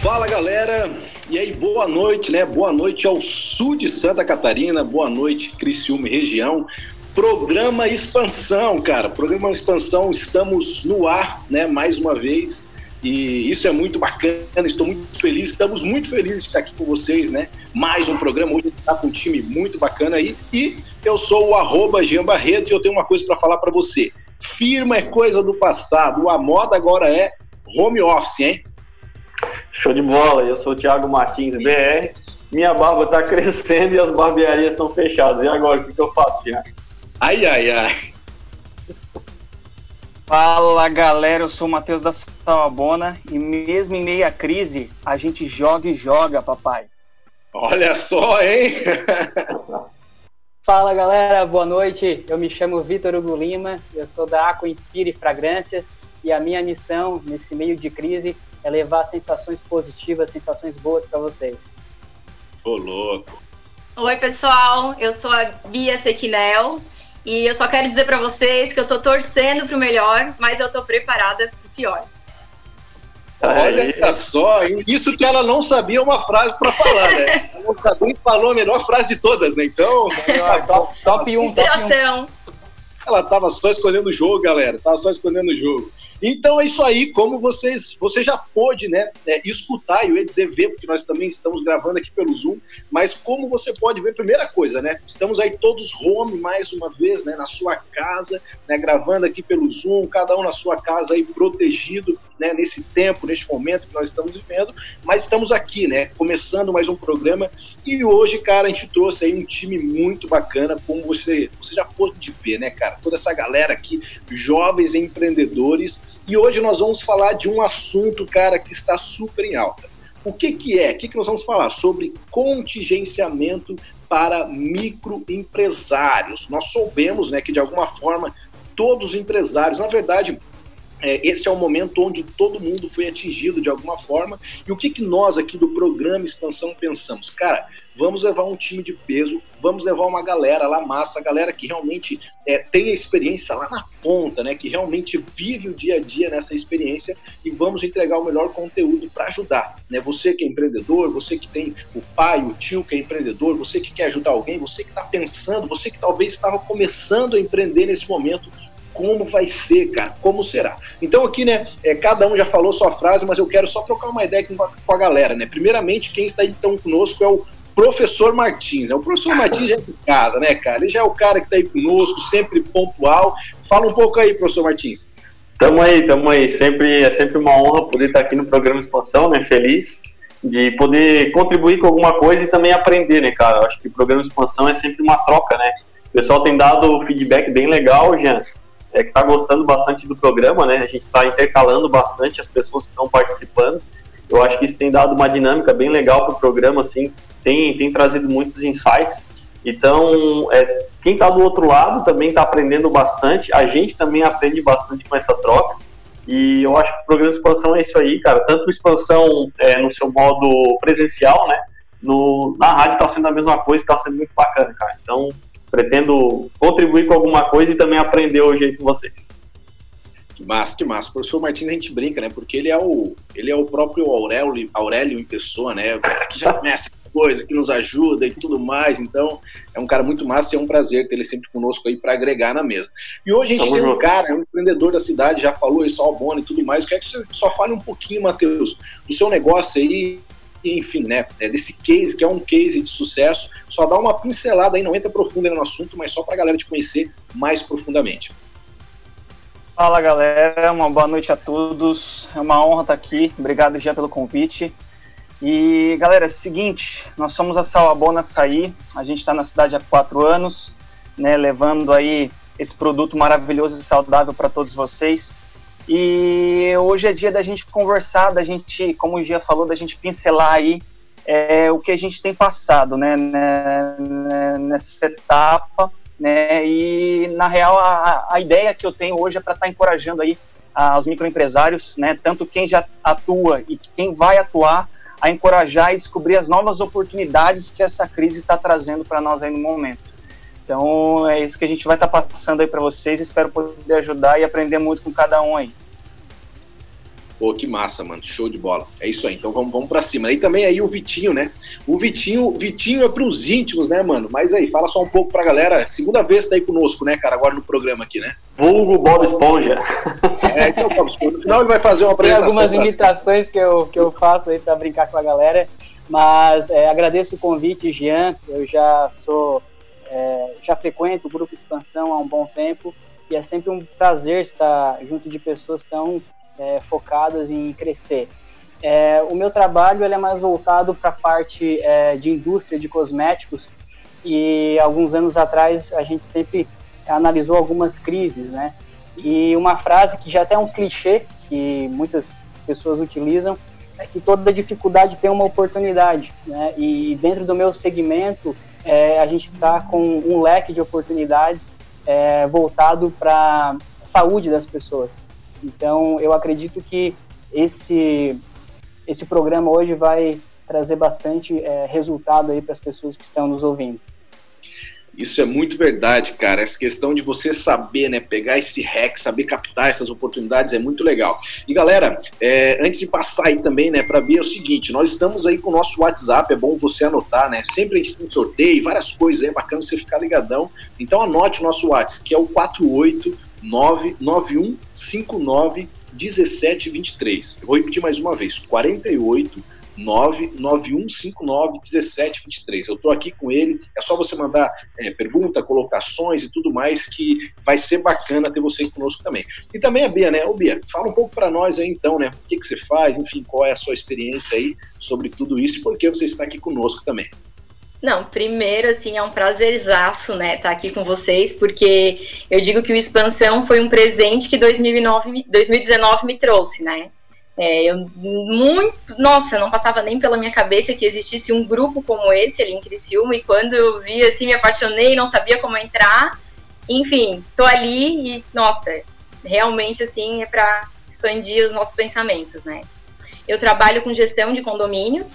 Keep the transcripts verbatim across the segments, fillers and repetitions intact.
Fala, galera, e aí, boa noite, né? Boa noite ao sul de Santa Catarina, boa noite, Criciúma e região. Programa Expansão, cara, Programa Expansão, estamos no ar, né, mais uma vez, e isso é muito bacana, estou muito feliz, estamos muito felizes de estar aqui com vocês, né? Mais um programa, hoje está com um time muito bacana aí, e eu sou o arroba Jean Barreto e eu tenho uma coisa para falar para você. Firma é coisa do passado, a moda agora é home office, hein? Show de bola, eu sou o Thiago Martins, B R, minha barba está crescendo e as barbearias estão fechadas, e agora, o que, que eu faço, Thiago? Ai, ai, ai. Fala, galera, eu sou o Matheus da Salabona e mesmo em meio à crise, a gente joga e joga, papai. Olha só, hein? Fala, galera, boa noite, eu me chamo Vitor Hugo Lima, eu sou da Aqua Inspire Fragrâncias e a minha missão nesse meio de crise é levar sensações positivas, sensações boas para vocês. Ô, louco. Oi, pessoal, eu sou a Bia Sequinel e eu só quero dizer para vocês que eu tô torcendo pro melhor, mas eu tô preparada pro pior. Olha só, isso que ela não sabia uma frase para falar, né? Ela não sabia e falou a melhor frase de todas, né? Então, melhor, top, top um, inspiração. Top um. Ela tava só escolhendo o jogo, galera, tava só escolhendo o jogo. Então é isso aí, como vocês, você já pôde, né, é, escutar, eu ia dizer ver, porque nós também estamos gravando aqui pelo Zoom, mas como você pode ver, primeira coisa, né, estamos aí todos home mais uma vez, né, na sua casa, né, gravando aqui pelo Zoom, cada um na sua casa aí protegido, né, nesse tempo, neste momento que nós estamos vivendo, mas estamos aqui, né, começando mais um programa, e hoje, cara, a gente trouxe aí um time muito bacana, como você, você já pôde ver, né, cara, toda essa galera aqui, jovens empreendedores. E hoje nós vamos falar de um assunto, cara, que está super em alta. O que que é? O que que nós vamos falar? Sobre contingenciamento para microempresários. Nós soubemos, né, que de alguma forma todos os empresários, na verdade, é, esse é o momento onde todo mundo foi atingido de alguma forma. E o que que nós aqui do Programa Expansão pensamos? Cara, vamos levar um time de peso, vamos levar uma galera lá massa, a galera que realmente é, tem a experiência lá na ponta, né, que realmente vive o dia a dia nessa experiência e vamos entregar o melhor conteúdo para ajudar, né? Você que é empreendedor, você que tem o pai, o tio que é empreendedor, você que quer ajudar alguém, você que está pensando, você que talvez estava começando a empreender nesse momento, como vai ser, cara, como será? Então aqui, né, é, cada um já falou sua frase, mas eu quero só trocar uma ideia com a, com a galera, né? Primeiramente, quem está então conosco é o Professor Martins, né? O Professor Martins já é de casa, né, cara? Ele já é o cara que está aí conosco, sempre pontual. Fala um pouco aí, Professor Martins. Tamo aí, tamo aí. Sempre, é sempre uma honra poder estar aqui no Programa Expansão, né? Feliz de poder contribuir com alguma coisa e também aprender, né, cara? Eu acho que o Programa Expansão é sempre uma troca, né? O pessoal tem dado feedback bem legal, Jean, é, que tá gostando bastante do programa, né? A gente está intercalando bastante as pessoas que estão participando. Eu acho que isso tem dado uma dinâmica bem legal para o programa, assim, tem, tem trazido muitos insights. Então, é, quem está do outro lado também está aprendendo bastante, a gente também aprende bastante com essa troca, e eu acho que o programa de expansão é isso aí, cara, tanto expansão é, no seu modo presencial, né, no, na rádio está sendo a mesma coisa, está sendo muito bacana, cara. Então, pretendo contribuir com alguma coisa e também aprender hoje aí com vocês. Que massa, que massa. O professor Martins a gente brinca, né? Porque ele é o, ele é o próprio Aurélio, Aurélio em pessoa, né? O cara que já conhece coisa, que nos ajuda e tudo mais. Então, é um cara muito massa e é um prazer ter ele sempre conosco aí para agregar na mesa. E hoje a gente Tamo tem junto. um cara, é um empreendedor da cidade, já falou isso, Albona e tudo mais. Eu quero que você só fale um pouquinho, Matheus, do seu negócio aí, enfim, né? Desse case, que é um case de sucesso. Só dá uma pincelada aí, não entra profundo no assunto, mas só para a galera te conhecer mais profundamente. Fala, galera, uma boa noite a todos, é uma honra estar aqui, obrigado já pelo convite. E galera, é o seguinte, nós somos a Salabona Açaí, a gente está na cidade há quatro anos, né, levando aí esse produto maravilhoso e saudável para todos vocês. E hoje é dia da gente conversar, da gente, como o Gia falou, da gente pincelar aí é, o que a gente tem passado, né, nessa etapa. Né, e na real a, a ideia que eu tenho hoje é para estar tá encorajando aí os microempresários, né, tanto quem já atua e quem vai atuar, a encorajar e descobrir as novas oportunidades que essa crise está trazendo para nós aí no momento. Então é isso que a gente vai estar tá passando aí para vocês, espero poder ajudar e aprender muito com cada um aí. Pô, que massa, mano. Show de bola. É isso aí. Então vamos, vamos pra cima. E também aí o Vitinho, né? O Vitinho, Vitinho é pros íntimos, né, mano? Mas aí, fala só um pouco pra galera. Segunda vez que tá aí conosco, né, cara? Agora no programa aqui, né? Vulgo Bob Esponja. É, esse é o Bob Esponja. No final ele vai fazer uma apresentação. Tem algumas pra... imitações que eu, que eu faço aí pra brincar com a galera. Mas é, agradeço o convite, Jean. Eu já sou... É, já frequento o Grupo Expansão há um bom tempo. E é sempre um prazer estar junto de pessoas tão... É, focadas em crescer. É, o meu trabalho ele é mais voltado para a parte é, de indústria de cosméticos e alguns anos atrás a gente sempre analisou algumas crises, né? E uma frase que já até é um clichê que muitas pessoas utilizam é que toda dificuldade tem uma oportunidade, né? E dentro do meu segmento é, a gente está com um leque de oportunidades é, voltado para a saúde das pessoas. Então, eu acredito que esse, esse programa hoje vai trazer bastante é, resultado aí para as pessoas que estão nos ouvindo. Isso é muito verdade, cara. Essa questão de você saber, né, pegar esse hack, saber captar essas oportunidades é muito legal. E galera, é, antes de passar aí também, né, para ver é o seguinte, nós estamos aí com o nosso WhatsApp, é bom você anotar, né? Sempre a gente tem um sorteio, várias coisas, é bacana você ficar ligadão. Então anote o nosso WhatsApp, que é o quatro oito nove nove um cinco nove um sete dois três. Eu vou repetir mais uma vez, quatro oito nove nove um cinco nove um sete dois três. Eu estou aqui com ele, é só você mandar é, pergunta, colocações e tudo mais, que vai ser bacana ter você conosco também. E também a Bia, né? Ô Bia, fala um pouco para nós aí então, né? O que, que você faz, enfim, qual é a sua experiência aí sobre tudo isso e por que você está aqui conosco também. Não, primeiro, assim, é um prazerzaço, né, estar aqui com vocês, porque eu digo que o Expansão foi um presente que dois mil e nove, dois mil e dezenove me trouxe, né. É, eu muito, nossa, não passava nem pela minha cabeça que existisse um grupo como esse ali em Criciúma, e quando eu vi, assim, me apaixonei, não sabia como entrar, enfim, tô ali e, nossa, realmente, assim, é para expandir os nossos pensamentos, né. Eu trabalho com gestão de condomínios,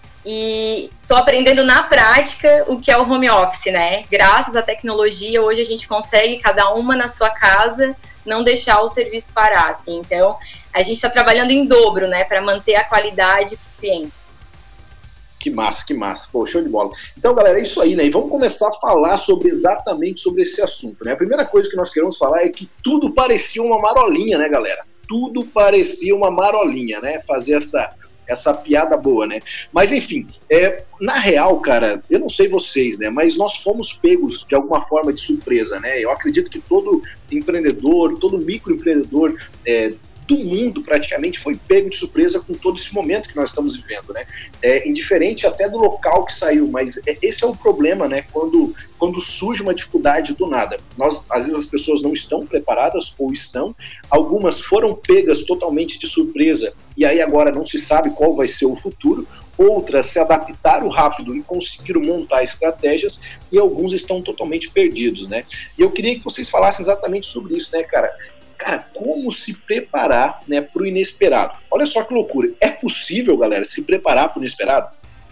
e estou aprendendo na prática o que é o home office, né? Graças à tecnologia, hoje a gente consegue, cada uma na sua casa, não deixar o serviço parar, assim. Então, a gente está trabalhando em dobro, né? Para manter a qualidade dos clientes. Que massa, que massa. Pô, show de bola. Então, galera, é isso aí, né? E vamos começar a falar sobre exatamente sobre esse assunto, né? A primeira coisa que nós queremos falar é que tudo parecia uma marolinha, né, galera? Tudo parecia uma marolinha, né? Fazer essa... essa piada boa, né? Mas, enfim, é, na real, cara, eu não sei vocês, né? Mas nós fomos pegos de alguma forma de surpresa, né? Eu acredito que todo empreendedor, todo microempreendedor é, do mundo, praticamente, foi pego de surpresa com todo esse momento que nós estamos vivendo, né? É, indiferente até do local que saiu, mas é, esse é o problema, né? Quando, quando surge uma dificuldade do nada. Nós, às vezes as pessoas não estão preparadas, ou estão, algumas foram pegas totalmente de surpresa, e aí agora não se sabe qual vai ser o futuro, outras se adaptaram rápido e conseguiram montar estratégias, e alguns estão totalmente perdidos, né? E eu queria que vocês falassem exatamente sobre isso, né, cara? Cara, como se preparar, né, para o inesperado? Olha só que loucura. É possível, galera, se preparar para o inesperado?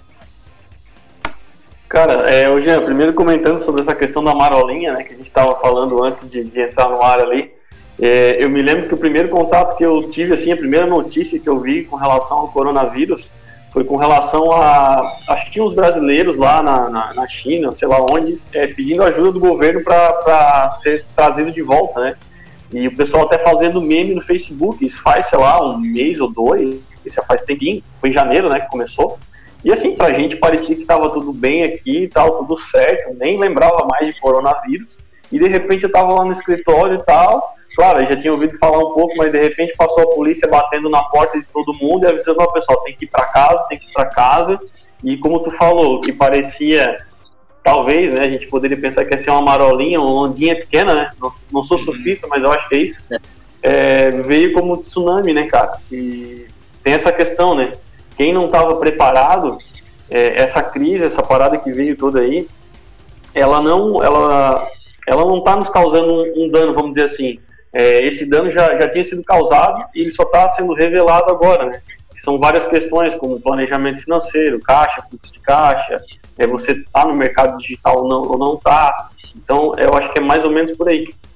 Cara, é, hoje, primeiro comentando sobre essa questão da marolinha, né, que a gente estava falando antes de, de entrar no ar ali, é, eu me lembro que o primeiro contato que eu tive, assim, a primeira notícia que eu vi com relação ao coronavírus foi com relação a, acho que tinha uns brasileiros lá na, na, na China, sei lá onde, é, pedindo ajuda do governo para ser trazido de volta, né? E o pessoal até fazendo meme no Facebook, isso faz, sei lá, um mês ou dois, isso já faz tempinho, foi em janeiro, né, que começou. E assim, pra gente parecia que tava tudo bem aqui e tal, tudo certo, nem lembrava mais de coronavírus. E de repente eu tava lá no escritório e tal, claro, eu já tinha ouvido falar um pouco, mas de repente passou a polícia batendo na porta de todo mundo e avisando, ó, pessoal, tem que ir pra casa, tem que ir pra casa. E como tu falou, que parecia... Talvez, né, a gente poderia pensar que ia ser uma marolinha, uma ondinha pequena, né, não, não sou surfista, mas eu acho que é isso, é, veio como tsunami, né, cara, e tem essa questão, né, quem não estava preparado, é, essa crise, essa parada que veio toda aí, ela não, ela, ela não está nos causando um, um dano, vamos dizer assim, é, esse dano já, já tinha sido causado e ele só está sendo revelado agora, né, que são várias questões, como planejamento financeiro, caixa, fluxo de caixa, é você tá no mercado digital ou não, ou não tá. Então, eu acho que é mais ou menos por aí.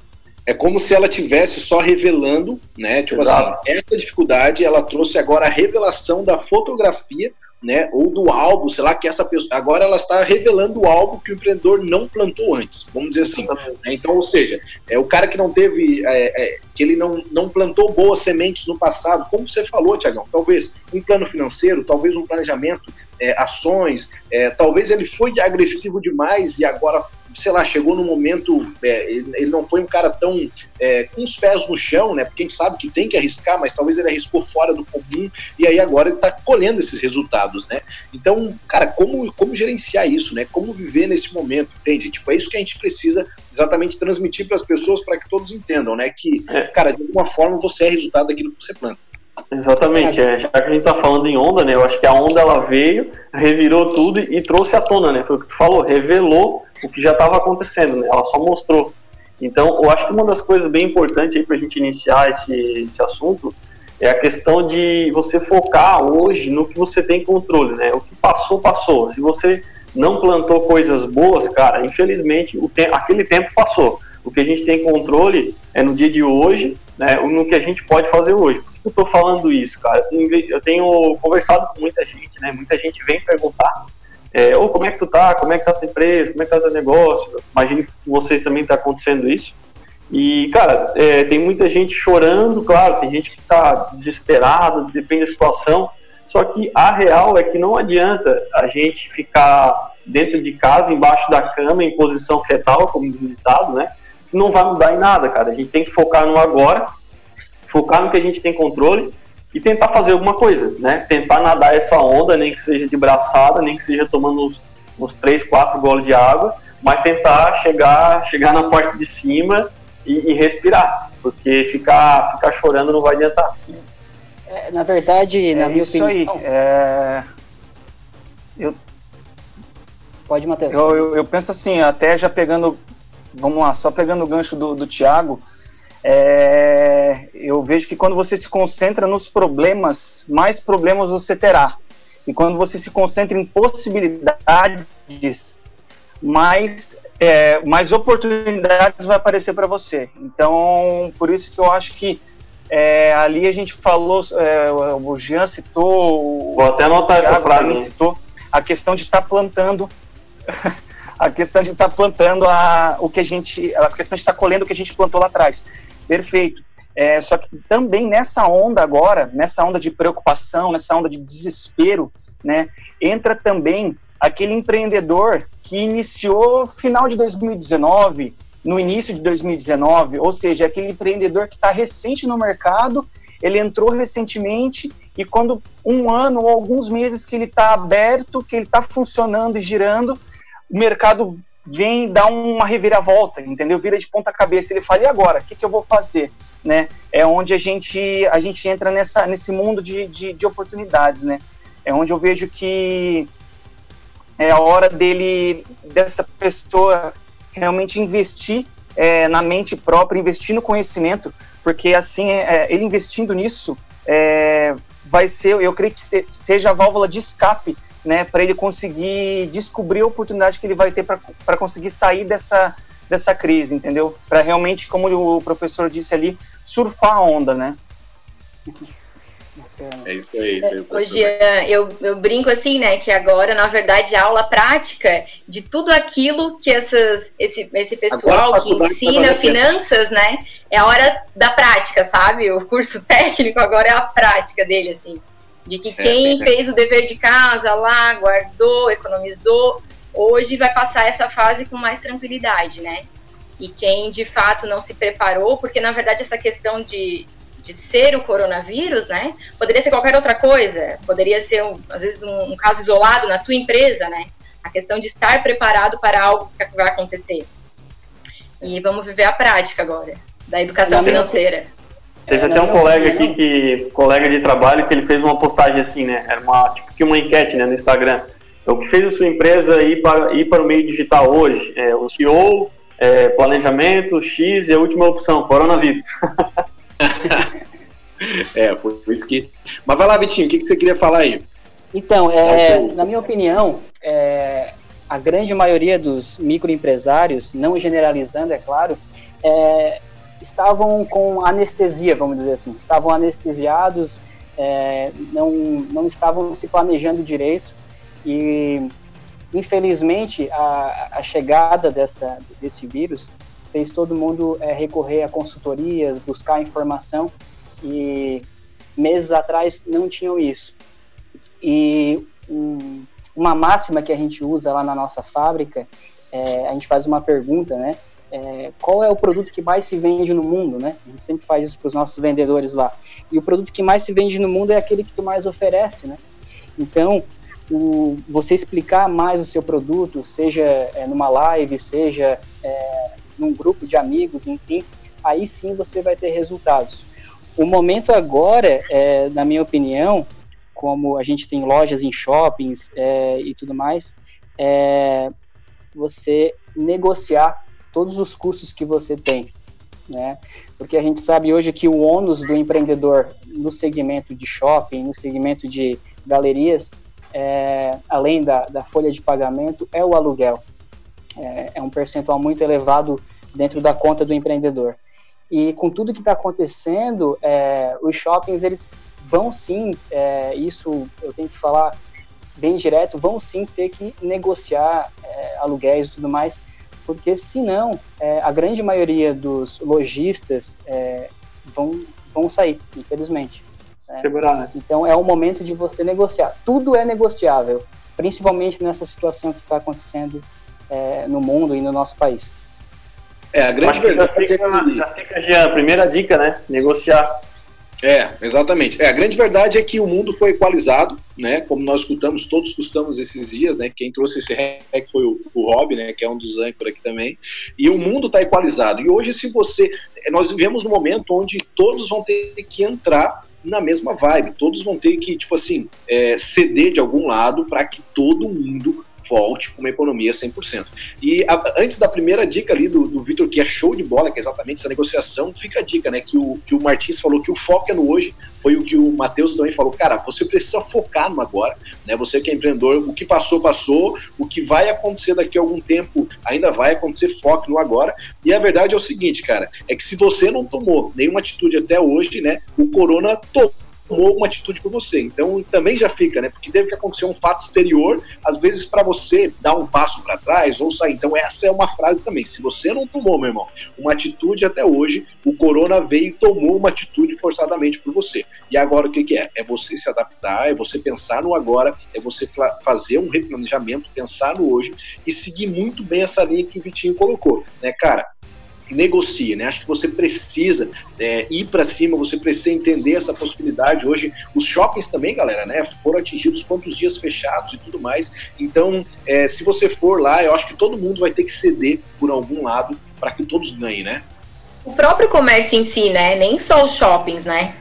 É como se ela tivesse só revelando, né? Tipo Exato. assim, essa dificuldade ela trouxe agora a revelação da fotografia, né? Ou do álbum, sei lá, que essa pessoa. Agora ela está revelando o álbum que o empreendedor não plantou antes, vamos dizer assim. Né? Então, ou seja, é o cara que não teve, é, é, que ele não, não plantou boas sementes no passado, como você falou, Tiagão, talvez um plano financeiro, talvez um planejamento, é, ações, é, talvez ele foi agressivo demais e agora, sei lá, chegou no momento, é, ele, ele não foi um cara tão é, com os pés no chão, né? Porque a gente sabe que tem que arriscar, mas talvez ele arriscou fora do comum e aí agora ele está colhendo esses resultados, né? Então, cara, como, como gerenciar isso, né? Como viver nesse momento, entende? Tipo, é isso que a gente precisa exatamente transmitir para as pessoas para que todos entendam, né? Que, É. cara, de alguma forma você é resultado daquilo que você planta. Exatamente, é, já que a gente tá falando em onda, né, eu acho que a onda ela veio, revirou tudo e, e trouxe à tona, né, foi o que tu falou, revelou o que já estava acontecendo, né, ela só mostrou. Então, eu acho que uma das coisas bem importantes aí pra gente iniciar esse, esse assunto é a questão de você focar hoje no que você tem controle, né, o que passou, passou. Se você não plantou coisas boas, cara, infelizmente o te- aquele tempo passou. O que a gente tem controle é no dia de hoje, né, no que a gente pode fazer hoje. Por que eu tô falando isso, cara? Eu tenho conversado com muita gente, né, muita gente vem perguntar, é, oh, como é que tu tá, como é que tá a tua empresa, como é que tá o teu negócio? Imagino que com vocês também tá acontecendo isso. E, cara, é, tem muita gente chorando, claro, tem gente que tá desesperada, depende da situação, só que a real é que não adianta a gente ficar dentro de casa, embaixo da cama, em posição fetal, como diz o ditado, né? Não vai mudar em nada, cara. A gente tem que focar no agora, focar no que a gente tem controle e tentar fazer alguma coisa, né? Tentar nadar essa onda, nem que seja de braçada, nem que seja tomando uns, uns três, quatro goles de água, mas tentar chegar, chegar na parte de cima e, e respirar, porque ficar, ficar chorando não vai adiantar. É, na verdade, na é minha isso opinião... aí. É... Eu, Pode, Matheus. eu, eu, eu penso assim, até já pegando, vamos lá, só pegando o gancho do, do Thiago, é, eu vejo que quando você se concentra nos problemas, mais problemas você terá. E quando você se concentra em possibilidades, mais, é, mais oportunidades vai aparecer para você. Então, por isso que eu acho que é, ali a gente falou, é, o Jean citou, Vou até anotar essa frase. citou a questão de estar tá plantando, a questão de estar tá plantando a, o que a gente, a questão de estar tá colhendo o que a gente plantou lá atrás. Perfeito. É, só que também nessa onda agora, nessa onda de preocupação, nessa onda de desespero, né, entra também aquele empreendedor que iniciou final de dois mil e dezenove, no início de dois mil e dezenove, ou seja, aquele empreendedor que está recente no mercado, ele entrou recentemente e quando um ano ou alguns meses que ele está aberto, que ele está funcionando e girando, o mercado vem dar uma reviravolta, entendeu? Vira de ponta cabeça, ele fala, e agora? O que, que eu vou fazer? Né? É onde a gente, a gente entra nessa, nesse mundo de, de, de oportunidades, né? É onde eu vejo que é a hora dele, dessa pessoa realmente investir é, na mente própria, investir no conhecimento, porque assim, é, ele investindo nisso, é, vai ser, eu creio que se, seja a válvula de escape, né, para ele conseguir descobrir a oportunidade que ele vai ter para conseguir sair dessa, dessa crise, entendeu? Para realmente, como o professor disse ali, surfar a onda, né? É isso aí. Isso aí Hoje eu, eu brinco assim, né, que agora, na verdade, a aula prática de tudo aquilo que essas, esse, esse pessoal que ensina finanças, né, é a hora da prática, sabe? O curso técnico agora é a prática dele, assim. De que quem é, é. fez o dever de casa lá, guardou, economizou, hoje vai passar essa fase com mais tranquilidade, né? E quem, de fato, não se preparou, porque, na verdade, essa questão de... de ser o coronavírus, né? Poderia ser qualquer outra coisa, poderia ser, um, às vezes, um, um caso isolado na tua empresa, né? A questão de estar preparado para algo que vai acontecer. E vamos viver a prática agora, da educação financeira. Teve até um colega aqui, que, colega de trabalho, que ele fez uma postagem assim, né? Era uma, tipo que uma enquete, né, no Instagram. O que fez a sua empresa ir para, ir para o meio digital hoje? É, o C E O, é, planejamento, X e a última opção, coronavírus. É, foi isso que... Mas vai lá, Vitinho, o que, que você queria falar aí? Então, é, na minha opinião, é, a grande maioria dos microempresários, não generalizando, é claro, é, estavam com anestesia, vamos dizer assim, estavam anestesiados, é, não, não estavam se planejando direito e, infelizmente, a, a chegada dessa, desse vírus fez todo mundo é, recorrer a consultorias, buscar informação e meses atrás não tinham isso. E um, uma máxima que a gente usa lá na nossa fábrica, é, a gente faz uma pergunta, né? É, qual é o produto que mais se vende no mundo, né? A gente sempre faz isso para os nossos vendedores lá. E o produto que mais se vende no mundo é aquele que tu mais oferece, né? Então, o, você explicar mais o seu produto, seja é, numa live, seja é, num grupo de amigos, enfim, aí sim você vai ter resultados. O momento agora, é, na minha opinião, como a gente tem lojas em shoppings é, e tudo mais, é você negociar todos os custos que você tem, né? Porque a gente sabe hoje que o ônus do empreendedor no segmento de shopping, no segmento de galerias, é, além da, da folha de pagamento, é o aluguel. É, é um percentual muito elevado dentro da conta do empreendedor. E com tudo que está acontecendo, é, os shoppings, eles vão sim, é, isso eu tenho que falar bem direto, vão sim ter que negociar é, aluguéis e tudo mais, porque senão é, a grande maioria dos lojistas é, vão, vão sair, infelizmente. Né? Né? Então é o momento de você negociar. Tudo é negociável, principalmente nessa situação que está acontecendo é, no mundo e no nosso país. É, a grande verdade já fica, é que... já fica já a primeira dica, né? Negociar. É, exatamente. É, a grande verdade é que o mundo foi equalizado, né? Como nós escutamos, todos escutamos esses dias, né? Quem trouxe esse hack foi o, o Rob, né? Que é um dos âncoras aqui também. E o mundo está equalizado. E hoje, se você... Nós vivemos num momento onde todos vão ter que entrar na mesma vibe. Todos vão ter que, tipo assim, é, ceder de algum lado para que todo mundo volte com uma economia cem por cento. E a, antes da primeira dica ali do, do Vitor, que é show de bola, que é exatamente essa negociação, fica a dica, né, que o, que o Martins falou que o foco é no hoje, foi o que o Matheus também falou, cara, você precisa focar no agora, né, você que é empreendedor, o que passou, passou, o que vai acontecer daqui a algum tempo ainda vai acontecer, foque no agora, e a verdade é o seguinte, cara, é que se você não tomou nenhuma atitude até hoje, né, o corona tomou tomou uma atitude por você, então também já fica, né, porque deve que acontecer um fato exterior, às vezes para você dar um passo para trás ou sair, então essa é uma frase também, se você não tomou, meu irmão, uma atitude até hoje, o corona veio e tomou uma atitude forçadamente por você, e agora o que que é? É você se adaptar, é você pensar no agora, é você fazer um replanejamento, pensar no hoje e seguir muito bem essa linha que o Vitinho colocou, né, cara? Negocie, né? Acho que você precisa é, ir para cima, você precisa entender essa possibilidade. Hoje, os shoppings também, galera, né? Foram atingidos quantos dias fechados e tudo mais. Então, é, se você for lá, eu acho que todo mundo vai ter que ceder por algum lado para que todos ganhem, né? O próprio comércio em si, né? Nem só os shoppings, né?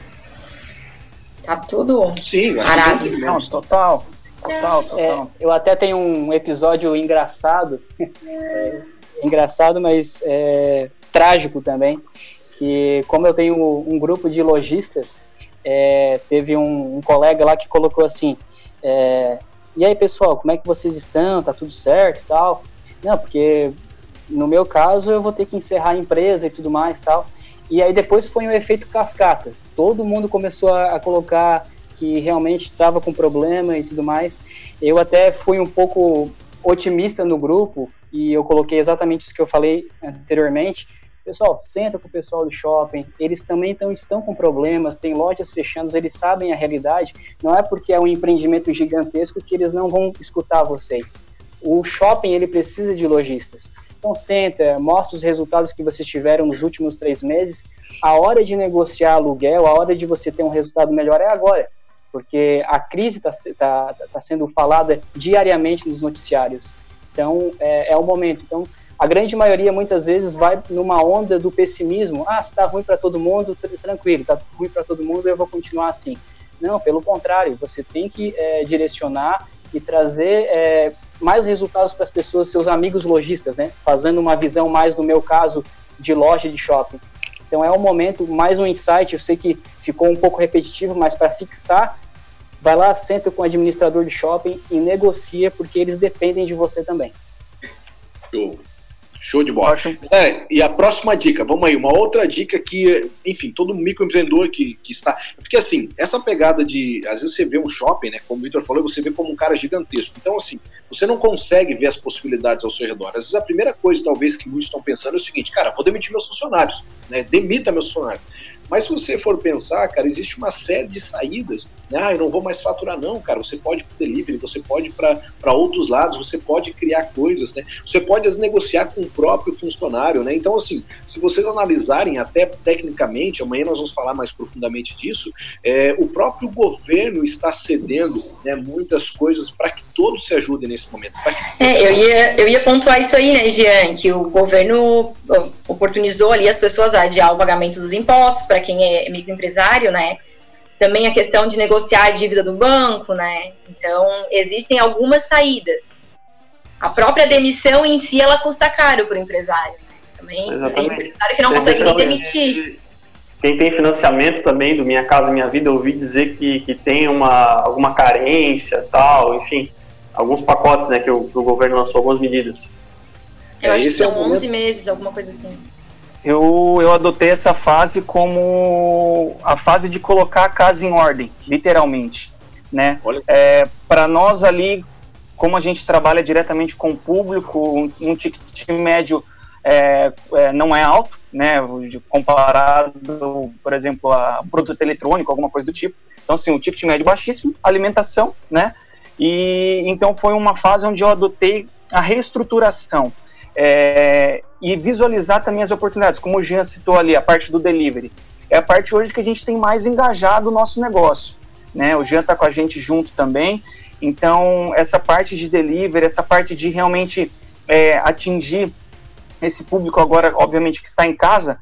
Tá tudo Sim, parado. Não, total. Total, total. É, eu até tenho um episódio engraçado. é, engraçado, mas é, trágico também, que como eu tenho um grupo de lojistas, é, teve um, um colega lá que colocou assim, é, e aí pessoal, como é que vocês estão? Tá tudo certo e tal? Não, porque no meu caso eu vou ter que encerrar a empresa e tudo mais e tal. E aí depois foi um efeito cascata, todo mundo começou a, a colocar que realmente estava com problema e tudo mais. Eu até fui um pouco otimista no grupo, e eu coloquei exatamente isso que eu falei anteriormente. Pessoal, senta com o pessoal do shopping, eles também então, estão com problemas, tem lojas fechando, eles sabem a realidade, não é porque é um empreendimento gigantesco que eles não vão escutar vocês. O shopping, ele precisa de lojistas. Então senta, mostra os resultados que vocês tiveram nos últimos três meses, a hora de negociar aluguel, a hora de você ter um resultado melhor é agora, porque a crise está tá, tá sendo falada diariamente nos noticiários. Então, é, é o momento. Então, a grande maioria, muitas vezes, vai numa onda do pessimismo. Ah, se está ruim para todo mundo, tranquilo, está ruim para todo mundo, eu vou continuar assim. Não, pelo contrário, você tem que é, direcionar e trazer é, mais resultados para as pessoas, seus amigos lojistas, né? Fazendo uma visão mais, no meu caso, de loja de shopping. Então, é o momento, mais um insight, eu sei que ficou um pouco repetitivo, mas para fixar, vai lá, senta com o administrador de shopping e negocia, porque eles dependem de você também. Show. Show de bola. É, e a próxima dica, vamos aí, uma outra dica que, enfim, todo microempreendedor que, que está... Porque, assim, essa pegada de... Às vezes você vê um shopping, né, como o Vitor falou, você vê como um cara gigantesco. Então, assim, você não consegue ver as possibilidades ao seu redor. Às vezes a primeira coisa, talvez, que muitos estão pensando é o seguinte, cara, vou demitir meus funcionários, né, demita meus funcionários. Mas se você for pensar, cara, existe uma série de saídas, né? Ah, eu não vou mais faturar não, cara, você pode ir para delivery, você pode ir para outros lados, você pode criar coisas, né? Você pode as, negociar com o próprio funcionário, né? Então, assim, se vocês analisarem até tecnicamente, amanhã nós vamos falar mais profundamente disso, é, o próprio governo está cedendo, né, muitas coisas para que todos se ajudem nesse momento. Que... É, eu ia, eu ia pontuar isso aí, né, Jean, que o governo oportunizou ali as pessoas a adiar o pagamento dos impostos para quem é microempresário, né? Também a questão de negociar a dívida do banco, né? Então, existem algumas saídas. A própria demissão em si, ela custa caro para o empresário, né? Também Exatamente. Tem empresário que não consegue nem demitir. Quem tem financiamento também do Minha Casa Minha Vida, eu ouvi dizer que, que tem uma, alguma carência, tal, enfim, alguns pacotes, né, que o, que o governo lançou, algumas medidas. Eu é, acho que são é onze meses, alguma coisa assim. Eu, eu adotei essa fase como a fase de colocar a casa em ordem, literalmente, né? É, para nós ali, como a gente trabalha diretamente com o público, um, um ticket médio é, é, não é alto, né? Comparado, por exemplo, a produto eletrônico, alguma coisa do tipo. Então, assim, um ticket médio baixíssimo, alimentação, né? E então foi uma fase onde eu adotei a reestruturação. É, e visualizar também as oportunidades, como o Jean citou ali, a parte do delivery, é a parte hoje que a gente tem mais engajado o nosso negócio, né? O Jean está com a gente junto também, então essa parte de delivery, essa parte de realmente é, atingir esse público agora, obviamente, que está em casa,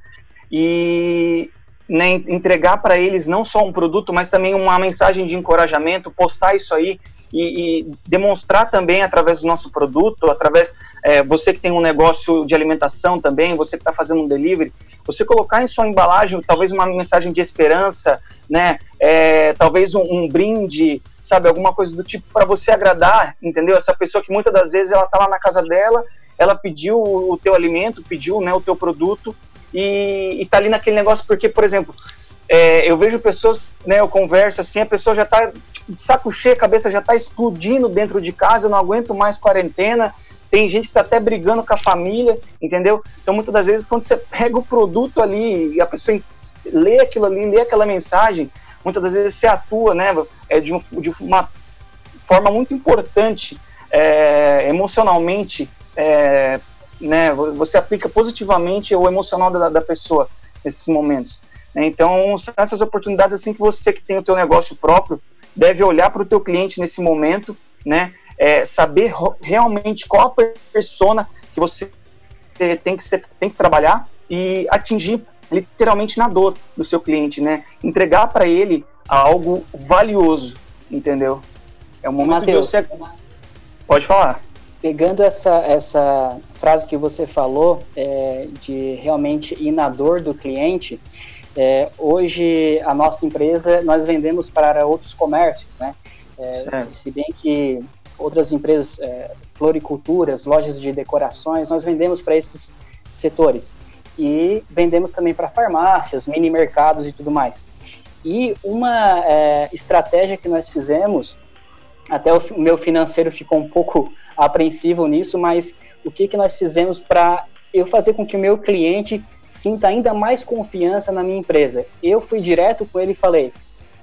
e né, entregar para eles não só um produto, mas também uma mensagem de encorajamento, postar isso aí, E, e demonstrar também através do nosso produto, através, é, você que tem um negócio de alimentação também, você que está fazendo um delivery, você colocar em sua embalagem talvez uma mensagem de esperança, né, é, talvez um, um brinde, sabe, alguma coisa do tipo para você agradar, entendeu? Essa pessoa que muitas das vezes ela está lá na casa dela, ela pediu o teu alimento, pediu, né, o teu produto e está ali naquele negócio porque, por exemplo, É, eu vejo pessoas, né, eu converso assim, a pessoa já tá tipo, de saco cheio, a cabeça já tá explodindo dentro de casa, eu não aguento mais quarentena, tem gente que tá até brigando com a família, entendeu? Então, muitas das vezes, quando você pega o produto ali e a pessoa lê aquilo ali, lê aquela mensagem, muitas das vezes você atua, né, é, de, um, de uma forma muito importante, é, emocionalmente, é, né, você aplica positivamente o emocional da, da pessoa nesses momentos. Então, são essas oportunidades assim que você que tem o teu negócio próprio deve olhar para o teu cliente nesse momento, né? É, saber realmente qual a persona que você tem que, ser, tem que trabalhar e atingir literalmente na dor do seu cliente, né? Entregar para ele algo valioso, entendeu? É o momento Mateus, de você... Pode falar. Pegando essa, essa frase que você falou, é, de realmente ir na dor do cliente... É, hoje a nossa empresa nós vendemos para outros comércios, né? É, se bem que outras empresas, é, floriculturas, lojas de decorações, nós vendemos para esses setores e vendemos também para farmácias, mini mercados e tudo mais. E uma é, estratégia que nós fizemos, até o, o meu financeiro ficou um pouco apreensivo nisso, mas o que que nós fizemos para eu fazer com que o meu cliente sinta ainda mais confiança na minha empresa? Eu fui direto com ele e falei,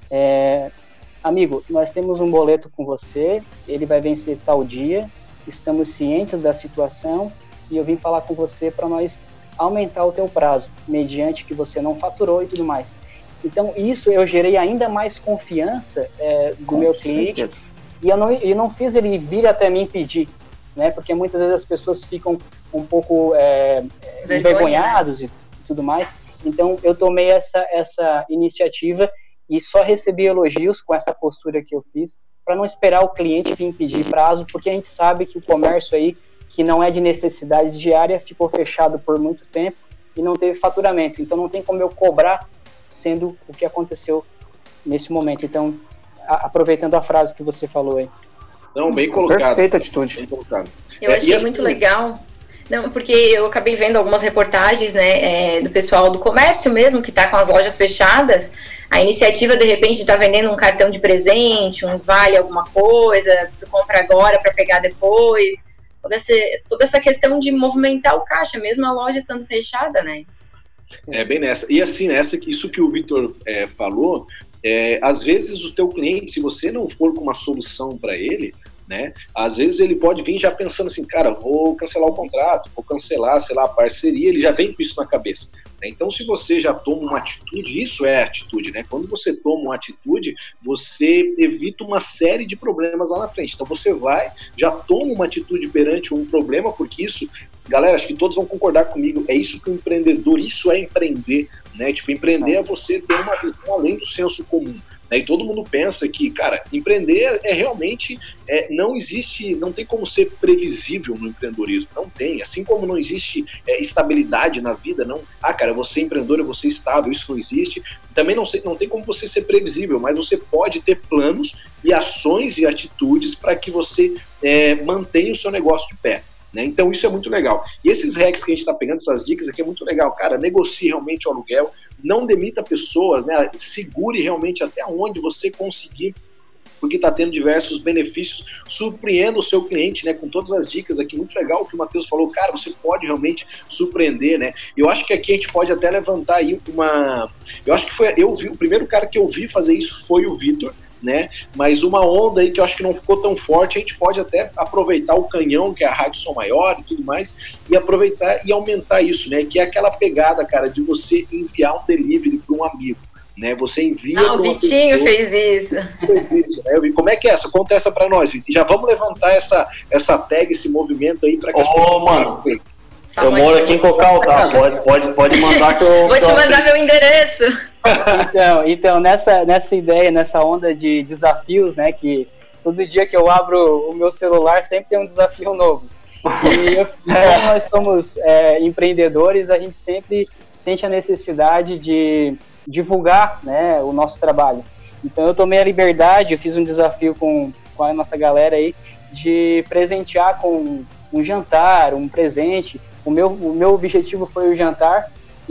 é, amigo, nós temos um boleto com você, ele vai vencer tal dia, estamos cientes da situação e eu vim falar com você para nós aumentar o teu prazo, mediante que você não faturou e tudo mais. Então, isso eu gerei ainda mais confiança é, do com meu cliente certeza. E eu não, eu não fiz ele vir até mim pedir, né? Porque muitas vezes as pessoas ficam um pouco é, envergonhados e tudo mais. Então, eu tomei essa, essa iniciativa e só recebi elogios com essa postura que eu fiz, para não esperar o cliente vir pedir prazo, porque a gente sabe que o comércio aí, que não é de necessidade diária, ficou fechado por muito tempo e não teve faturamento. Então, não tem como eu cobrar, sendo o que aconteceu nesse momento. Então, a, aproveitando a frase que você falou aí. Não, bem colocado. Perfeita atitude. Bem colocado. Eu é, achei as... muito legal. Não, porque eu acabei vendo algumas reportagens, né, é, do pessoal do comércio mesmo, que está com as lojas fechadas. A iniciativa, de repente, de estar tá vendendo um cartão de presente, um vale alguma coisa, tu compra agora para pegar depois. Toda essa, toda essa questão de movimentar o caixa, mesmo a loja estando fechada, né? É bem nessa. E assim, nessa, isso que o Vitor é, falou, é, às vezes o teu cliente, se você não for com uma solução para ele, né, às vezes ele pode vir já pensando assim, cara, vou cancelar o contrato, vou cancelar, sei lá, a parceria, ele já vem com isso na cabeça. Né? Então, se você já toma uma atitude, isso é atitude, né? Quando você toma uma atitude, você evita uma série de problemas lá na frente. Então, você vai, já toma uma atitude perante um problema, porque isso, galera, acho que todos vão concordar comigo, é isso que o empreendedor, isso é empreender, né? Tipo, empreender é você ter uma visão além do senso comum. Né, e todo mundo pensa que, cara, empreender é realmente, é, não existe, não tem como ser previsível no empreendedorismo, não tem, assim como não existe é, estabilidade na vida, não, ah, cara, você é empreendedor, eu vou ser estável, isso não existe, também não, sei, não tem como você ser previsível, mas você pode ter planos e ações e atitudes para que você é, mantenha o seu negócio de pé. Né? Então isso é muito legal. E esses hacks que a gente está pegando, essas dicas aqui é muito legal. Cara, negocie realmente o aluguel, não demita pessoas, né? Segure realmente até onde você conseguir, porque está tendo diversos benefícios. Surpreenda o seu cliente, né? Com todas as dicas aqui, muito legal o que o Matheus falou. Cara, você pode realmente surpreender, né? Eu acho que aqui a gente pode até levantar aí uma... Eu acho que foi... Eu vi, o primeiro cara que eu vi fazer isso foi o Vitor, né? Mas uma onda aí que eu acho que não ficou tão forte, a gente pode até aproveitar o canhão, que é a rádio som maior e tudo mais, e aproveitar e aumentar isso, né? Que é aquela pegada, cara, de você enviar um delivery para um amigo, né? Você envia... Ah, o Vitinho pessoa, fez isso. Fez isso, né? Eu vi. Como é que é essa? Conta essa para nós, Vitinho. Já vamos levantar essa, essa tag, esse movimento aí para que as pessoas... Ô, mano, façam. Eu moro aqui em Cocal, tá? Pode, pode, pode mandar que eu... Vou te mandar meu endereço. Então, então nessa, nessa ideia, nessa onda de desafios, né, que todo dia que eu abro o meu celular sempre tem um desafio novo. E eu, como nós somos é, empreendedores, a gente sempre sente a necessidade de divulgar, né, o nosso trabalho. Então eu tomei a liberdade, eu fiz um desafio com, com a nossa galera aí, de presentear com um jantar, um presente. O meu, o meu objetivo foi o jantar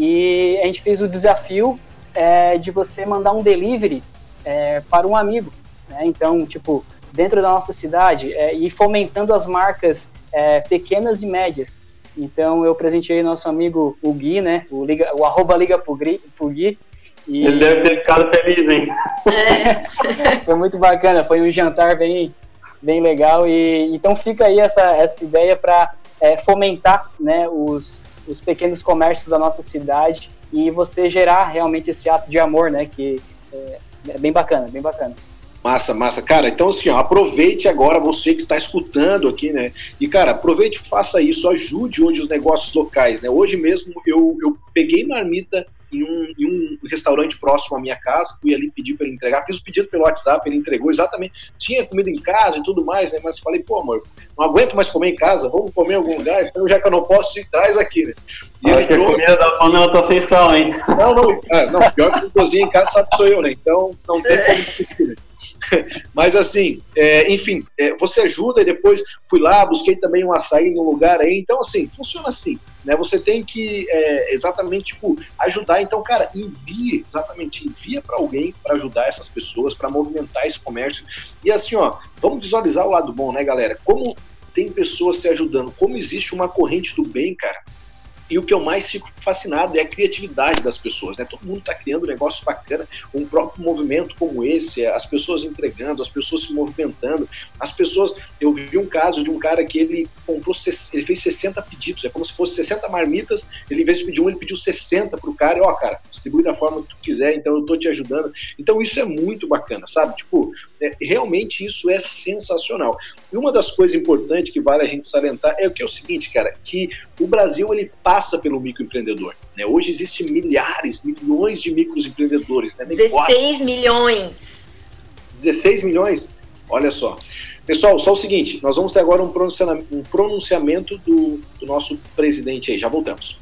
e a gente fez o desafio é, de você mandar um delivery é, para um amigo, né? Então, tipo, dentro da nossa cidade é, e fomentando as marcas é, pequenas e médias. Então, eu presenteei nosso amigo o Gui, né? O, Liga, o arroba Liga pro Gui. E... Ele deve ter ficado feliz, hein? É. Foi muito bacana, foi um jantar bem, bem legal. E então fica aí essa, essa ideia para é, fomentar, né, os, os pequenos comércios da nossa cidade e você gerar realmente esse ato de amor, né? Que é, é bem bacana, bem bacana. Massa, massa. Cara, então assim, ó, aproveite agora, você que está escutando aqui, né? E, cara, aproveite e faça isso, ajude hoje os negócios locais, né? Hoje mesmo eu, eu peguei marmita em um, em um restaurante próximo à minha casa, fui ali pedir para ele entregar, fiz o pedido pelo WhatsApp, ele entregou exatamente, tinha comida em casa e tudo mais, né? Mas falei, pô, amor, não aguento mais comer em casa, vamos comer em algum lugar, então já que eu não posso, traz aqui, né? E ele trouxe... a comida da panela tá sem sal, hein? Não, não, é, não, pior que eu cozinho em casa, sabe que sou eu, né? Então não tem como discutir, né? Mas assim, é, enfim, é, você ajuda e depois fui lá, busquei também um açaí num lugar aí, então assim, funciona assim, né? Você tem que é, exatamente, tipo, ajudar, então, cara, envie, exatamente, envia para alguém para ajudar essas pessoas, para movimentar esse comércio, e assim, ó, vamos visualizar o lado bom, né, galera? Como tem pessoas se ajudando, como existe uma corrente do bem, cara. E o que eu mais fico fascinado é a criatividade das pessoas, né? Todo mundo está criando um negócio bacana, um próprio movimento como esse, as pessoas entregando, as pessoas se movimentando, as pessoas... Eu vi um caso de um cara que ele comprou, ele fez sessenta pedidos, é como se fosse sessenta marmitas, ele em vez de pedir um, ele pediu sessenta pro cara, e ó, cara, distribui da forma que tu quiser, então eu tô te ajudando. Então isso é muito bacana, sabe? Tipo, é, realmente isso é sensacional. E uma das coisas importantes que vale a gente salientar é o que é o seguinte, cara, que o Brasil, ele passa pelo microempreendedor, né? Hoje existem milhares, milhões de microempreendedores, né? dezesseis milhões. dezesseis milhões? Olha só. Pessoal, só o seguinte, nós vamos ter agora um pronunciamento, um pronunciamento do, do nosso presidente aí, já voltamos.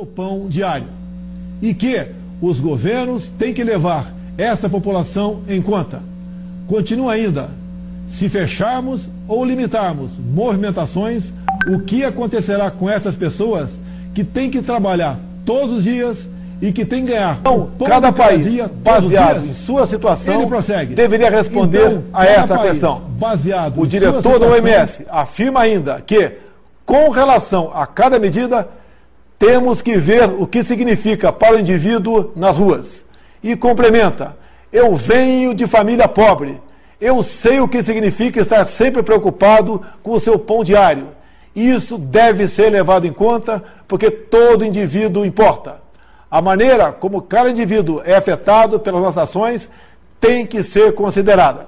seu pão diário. E que os governos têm que levar esta população em conta. Continua ainda, se fecharmos ou limitarmos movimentações, o que acontecerá com essas pessoas que têm que trabalhar todos os dias e que têm que ganhar então, cada país, dia, baseado em sua situação, ele prossegue. Deveria responder então, a essa país, questão. Baseado o diretor da O M S afirma ainda que, com relação a cada medida, temos que ver o que significa para o indivíduo nas ruas. E complementa, eu venho de família pobre, eu sei o que significa estar sempre preocupado com o seu pão diário. Isso deve ser levado em conta, porque todo indivíduo importa. A maneira como cada indivíduo é afetado pelas nossas ações tem que ser considerada.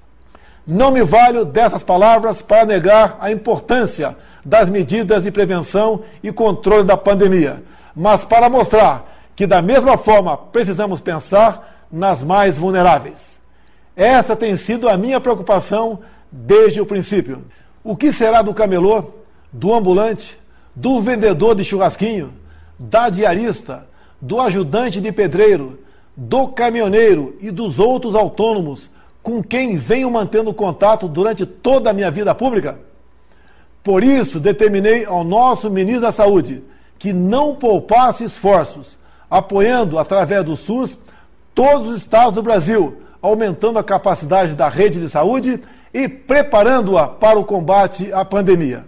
Não me valho dessas palavras para negar a importância das medidas de prevenção e controle da pandemia, mas para mostrar que, da mesma forma, precisamos pensar nas mais vulneráveis. Essa tem sido a minha preocupação desde o princípio. O que será do camelô, do ambulante, do vendedor de churrasquinho, da diarista, do ajudante de pedreiro, do caminhoneiro e dos outros autônomos com quem venho mantendo contato durante toda a minha vida pública? Por isso, determinei ao nosso ministro da Saúde que não poupasse esforços, apoiando, através do SUS, todos os estados do Brasil, aumentando a capacidade da rede de saúde e preparando-a para o combate à pandemia.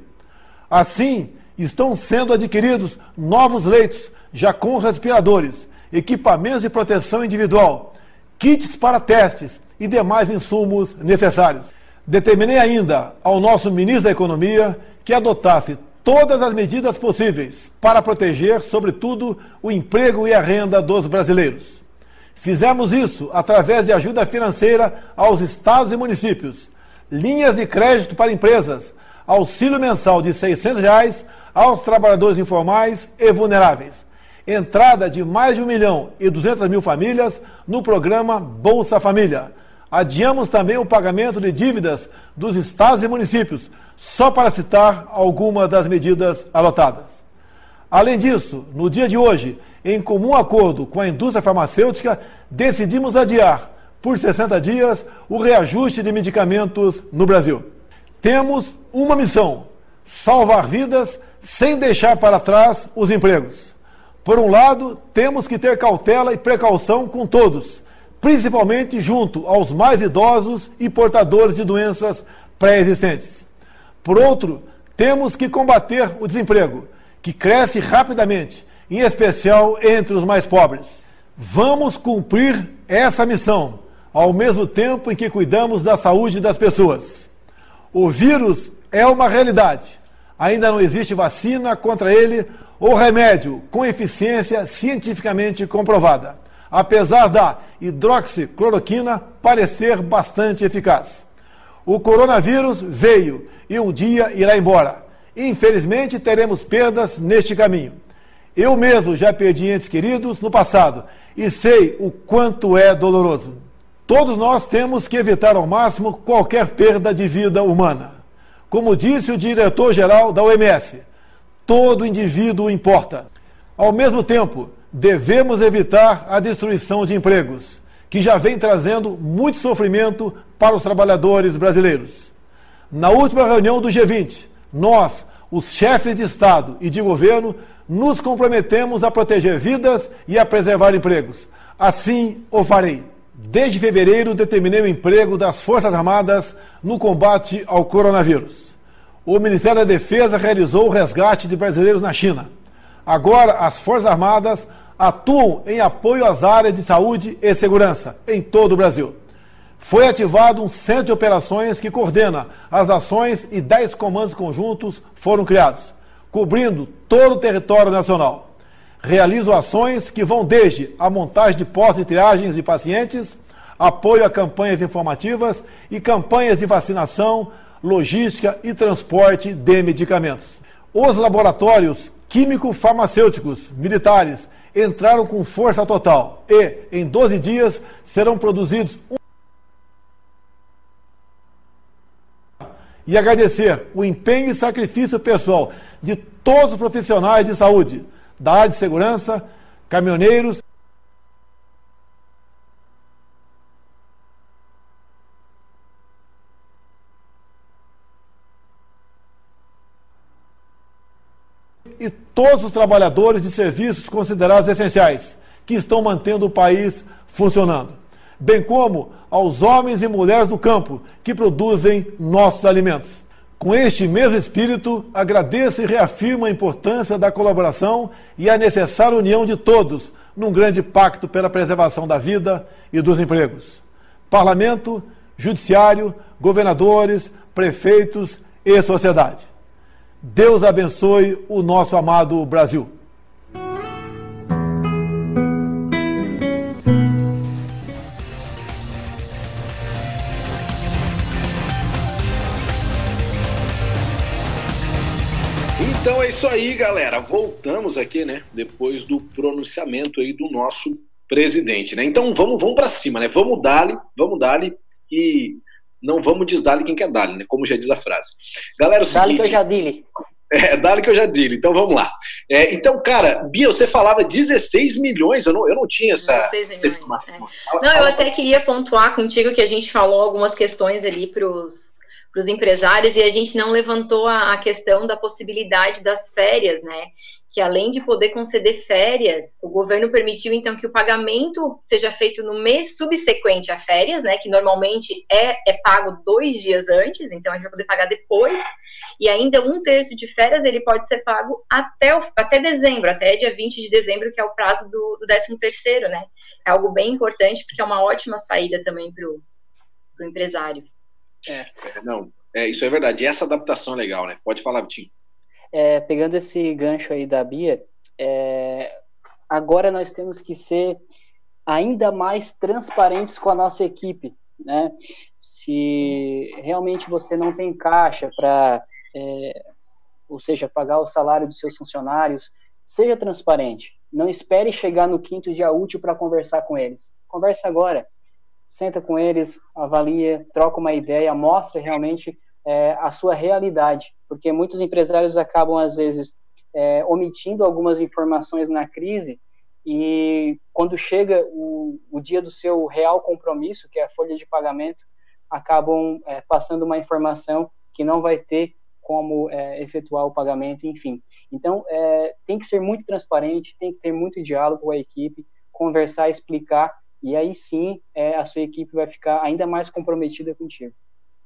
Assim, estão sendo adquiridos novos leitos, já com respiradores, equipamentos de proteção individual, kits para testes e demais insumos necessários. Determinei ainda ao nosso ministro da Economia que adotasse todas as medidas possíveis para proteger, sobretudo, o emprego e a renda dos brasileiros. Fizemos isso através de ajuda financeira aos estados e municípios, linhas de crédito para empresas, auxílio mensal de seiscentos reais aos trabalhadores informais e vulneráveis, entrada de mais de um milhão e duzentas mil famílias no programa Bolsa Família. Adiamos também o pagamento de dívidas dos estados e municípios, só para citar algumas das medidas adotadas. Além disso, no dia de hoje, em comum acordo com a indústria farmacêutica, decidimos adiar, por sessenta dias, o reajuste de medicamentos no Brasil. Temos uma missão: salvar vidas sem deixar para trás os empregos. Por um lado, temos que ter cautela e precaução com todos, principalmente junto aos mais idosos e portadores de doenças pré-existentes. Por outro, temos que combater o desemprego, que cresce rapidamente, em especial entre os mais pobres. Vamos cumprir essa missão, ao mesmo tempo em que cuidamos da saúde das pessoas. O vírus é uma realidade. Ainda não existe vacina contra ele ou remédio com eficiência cientificamente comprovada, apesar da hidroxicloroquina parecer bastante eficaz. O coronavírus veio e um dia irá embora. Infelizmente, teremos perdas neste caminho. Eu mesmo já perdi entes queridos no passado e sei o quanto é doloroso. Todos nós temos que evitar ao máximo qualquer perda de vida humana. Como disse o diretor-geral da O M S, todo indivíduo importa. Ao mesmo tempo, devemos evitar a destruição de empregos, que já vem trazendo muito sofrimento para os trabalhadores brasileiros. Na última reunião do G vinte, nós, os chefes de Estado e de governo, nos comprometemos a proteger vidas e a preservar empregos. Assim o farei. Desde fevereiro, determinei o emprego das Forças Armadas no combate ao coronavírus. O Ministério da Defesa realizou o resgate de brasileiros na China. Agora, as Forças Armadas atuam em apoio às áreas de saúde e segurança em todo o Brasil. Foi ativado um centro de operações que coordena as ações e dez comandos conjuntos foram criados, cobrindo todo o território nacional. Realizo ações que vão desde a montagem de postos de triagens de pacientes, apoio a campanhas informativas e campanhas de vacinação, logística e transporte de medicamentos. Os laboratórios químico-farmacêuticos militares entraram com força total e, em doze dias, serão produzidos um... E agradecer o empenho e sacrifício pessoal de todos os profissionais de saúde, da área de segurança, caminhoneiros, e todos os trabalhadores de serviços considerados essenciais, que estão mantendo o país funcionando, bem como aos homens e mulheres do campo, que produzem nossos alimentos. Com este mesmo espírito, agradeço e reafirmo a importância da colaboração e a necessária união de todos num grande pacto pela preservação da vida e dos empregos. Parlamento, Judiciário, governadores, prefeitos e sociedade. Deus abençoe o nosso amado Brasil. Então é isso aí, galera. Voltamos aqui, né? Depois do pronunciamento aí do nosso presidente, né? Então vamos, vamos para cima, né? Vamos dar-lhe, vamos dar-lhe e não vamos desdar-lhe quem quer dar-lhe, né? Como já diz a frase. Galera, é o seguinte... Dá-lhe que eu já dile. É, dá-lhe que eu já dile. Então vamos lá. É, então, cara, Bia, você falava dezesseis milhões, eu não, eu não tinha essa... dezesseis milhões, é. Não, eu até queria pontuar contigo que a gente falou algumas questões ali para os empresários e a gente não levantou a, a questão da possibilidade das férias, né? Que além de poder conceder férias, o governo permitiu, então, que o pagamento seja feito no mês subsequente a férias, né, que normalmente é, é pago dois dias antes, então a gente vai poder pagar depois, e ainda um terço de férias ele pode ser pago até, o, até dezembro, até dia vinte de dezembro, que é o prazo do, do décimo terceiro, né, é algo bem importante, porque é uma ótima saída também para o empresário. É, não, é, isso é verdade, e essa adaptação é legal, né, pode falar, Vitinho. É, pegando esse gancho aí da Bia, é, agora nós temos que ser ainda mais transparentes com a nossa equipe, né? Se realmente você não tem caixa para, é, ou seja, pagar o salário dos seus funcionários, seja transparente. Não espere chegar no quinto dia útil para conversar com eles. Conversa agora. Senta com eles, avalia, troca uma ideia, mostra realmente É, a sua realidade, porque muitos empresários acabam, às vezes, é, omitindo algumas informações na crise e quando chega o, o dia do seu real compromisso, que é a folha de pagamento, acabam é, passando uma informação que não vai ter como é, efetuar o pagamento, enfim. Então, é, tem que ser muito transparente, tem que ter muito diálogo com a equipe, conversar, explicar, e aí sim é, a sua equipe vai ficar ainda mais comprometida contigo.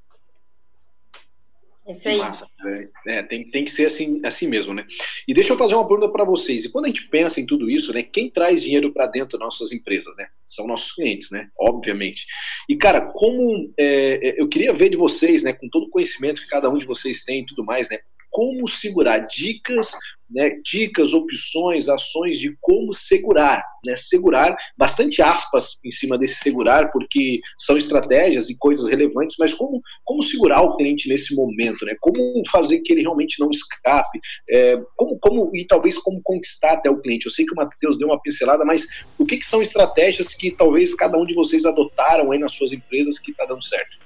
Isso aí. Massa. É, tem, tem que ser assim, assim mesmo, né? E deixa eu fazer uma pergunta para vocês. E quando a gente pensa em tudo isso, né? Quem traz dinheiro para dentro das nossas empresas, né? São nossos clientes, né? Obviamente. E, cara, como é, eu queria ver de vocês, né? Com todo o conhecimento que cada um de vocês tem e tudo mais, né? Como segurar dicas, né? Dicas, opções, ações de como segurar, né? Segurar, bastante aspas em cima desse segurar, porque são estratégias e coisas relevantes, mas como, como segurar o cliente nesse momento, né? Como fazer que ele realmente não escape, é, como, como, e talvez como conquistar até o cliente. Eu sei que o Matheus deu uma pincelada, mas o que, que são estratégias que talvez cada um de vocês adotaram aí nas suas empresas que está dando certo?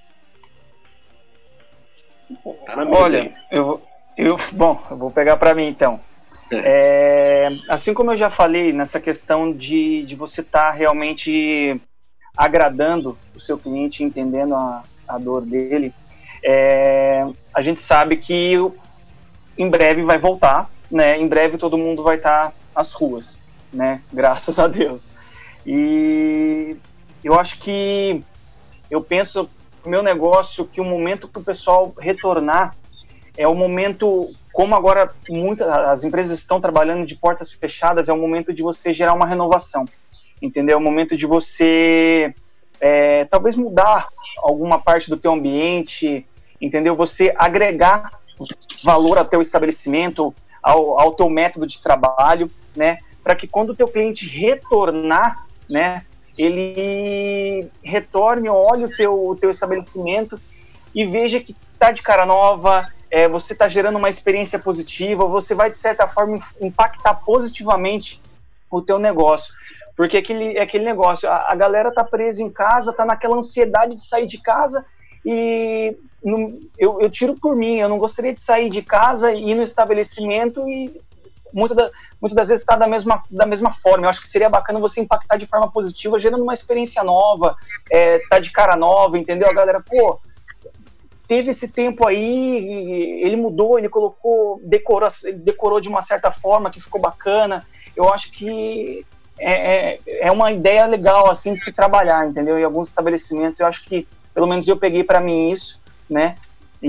Tá na mesa. Olha, eu, eu, bom, eu vou pegar para mim então. É, assim como eu já falei nessa questão de, de você estar tá realmente agradando o seu cliente, entendendo a, a dor dele, é, a gente sabe que em breve vai voltar, né? Em breve todo mundo vai estar tá às ruas, né? Graças a Deus. E eu acho que eu penso o meu negócio que o momento que o pessoal retornar é o momento, como agora muitas as empresas estão trabalhando de portas fechadas, é o momento de você gerar uma renovação, entendeu? É o momento de você é, talvez mudar alguma parte do teu ambiente, entendeu? Você agregar valor ao teu estabelecimento, ao, ao teu método de trabalho, né? Para que quando o teu cliente retornar, né? Ele retorne, olhe o teu, o teu estabelecimento e veja que está de cara nova, é, você está gerando uma experiência positiva, você vai, de certa forma, impactar positivamente o teu negócio. Porque aquele, aquele negócio, a, a galera está presa em casa, está naquela ansiedade de sair de casa e não, eu, eu tiro por mim, eu não gostaria de sair de casa e ir no estabelecimento e muitas da, muita das vezes está da mesma, da mesma forma. Eu acho que seria bacana você impactar de forma positiva, gerando uma experiência nova, é, tá de cara nova, entendeu? A galera, pô, teve esse tempo aí, ele mudou, ele colocou, decorou, decorou de uma certa forma que ficou bacana. Eu acho que é, é, é uma ideia legal, assim, de se trabalhar, entendeu? Em alguns estabelecimentos, eu acho que, pelo menos eu peguei para mim isso, né?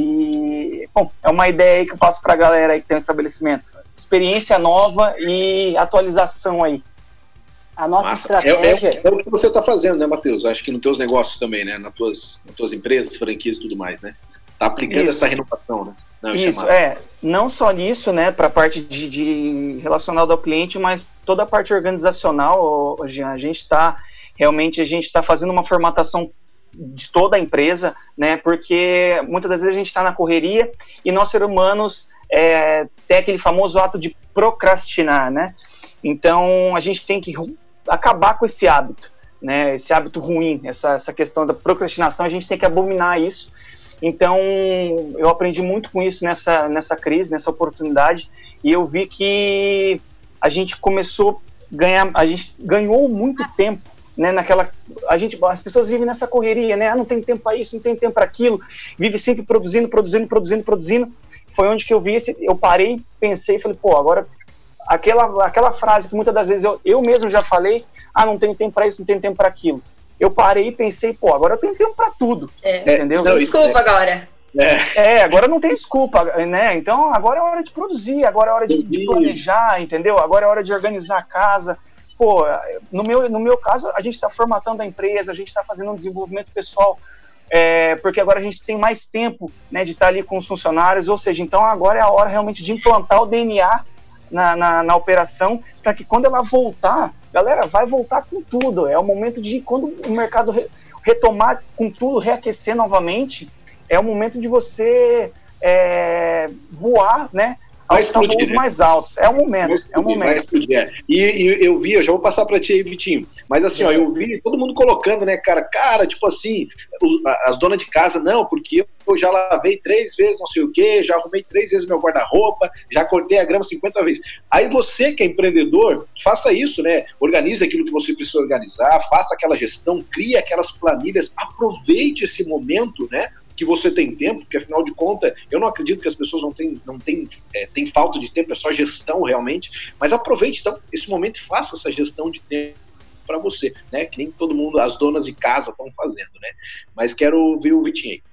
E, bom, é uma ideia aí que eu passo para a galera aí que tem um estabelecimento. Experiência nova e atualização aí. A nossa Massa. estratégia... É, é, é o que você está fazendo, né, Matheus? Acho que nos teus negócios também, né? Nas tuas, nas tuas empresas, franquias e tudo mais, né? Tá aplicando Isso. essa renovação, né? Não, isso, é, é, não só nisso, né, para a parte de, de relacionada ao cliente, mas toda a parte organizacional, Jean, a gente está, realmente, a gente está fazendo uma formatação de toda a empresa, né, porque muitas das vezes a gente está na correria e nós, seres humanos, é, tem aquele famoso ato de procrastinar, né, então a gente tem que acabar com esse hábito, né, esse hábito ruim, essa, essa questão da procrastinação, a gente tem que abominar isso. Então, eu aprendi muito com isso nessa, nessa crise, nessa oportunidade, e eu vi que a gente começou a ganhar, a gente ganhou muito tempo, né, naquela, a gente, as pessoas vivem nessa correria, né, ah, não tem tempo para isso, não tem tempo para aquilo, vive sempre produzindo, produzindo, produzindo, produzindo. Foi onde que eu vi esse, eu parei, pensei e falei, pô, agora, aquela, aquela frase que muitas das vezes eu, eu mesmo já falei, ah, não tenho tempo para isso, não tenho tempo para aquilo. Eu parei e pensei, pô, agora eu tenho tempo pra tudo, é. entendeu? Não, desculpa agora. É. é, agora não tem desculpa, né? Então agora é hora de produzir, agora é hora de, de planejar, entendeu? Agora é hora de organizar a casa. Pô, no meu, no meu caso, a gente está formatando a empresa, a gente está fazendo um desenvolvimento pessoal, é, porque agora a gente tem mais tempo, né, de estar ali com os funcionários, ou seja, então agora é a hora realmente de implantar o D N A na, na, na operação, para que quando ela voltar, galera, vai voltar com tudo. É o momento de, quando o mercado re, retomar com tudo, reaquecer novamente, é o momento de você é, voar, né, aos voos mais altos. É o momento, explodir, é o momento. É. E, e eu vi, eu já vou passar para ti aí, Vitinho, mas assim, ó, eu vi todo mundo colocando, né, cara, cara, tipo assim, os, as donas de casa, não, porque eu já lavei três vezes não sei o quê, já arrumei três vezes meu guarda-roupa, já cortei a grama cinquenta vezes. Aí você que é empreendedor, faça isso, né, organize aquilo que você precisa organizar, faça aquela gestão, crie aquelas planilhas, aproveite esse momento, né, que você tem tempo, porque afinal de contas, eu não acredito que as pessoas não têm, não têm, é, têm falta de tempo, é só gestão realmente, mas aproveite então esse momento e faça essa gestão de tempo para você, né, que nem todo mundo, as donas de casa estão fazendo, né, mas quero ouvir o Vitinho aí.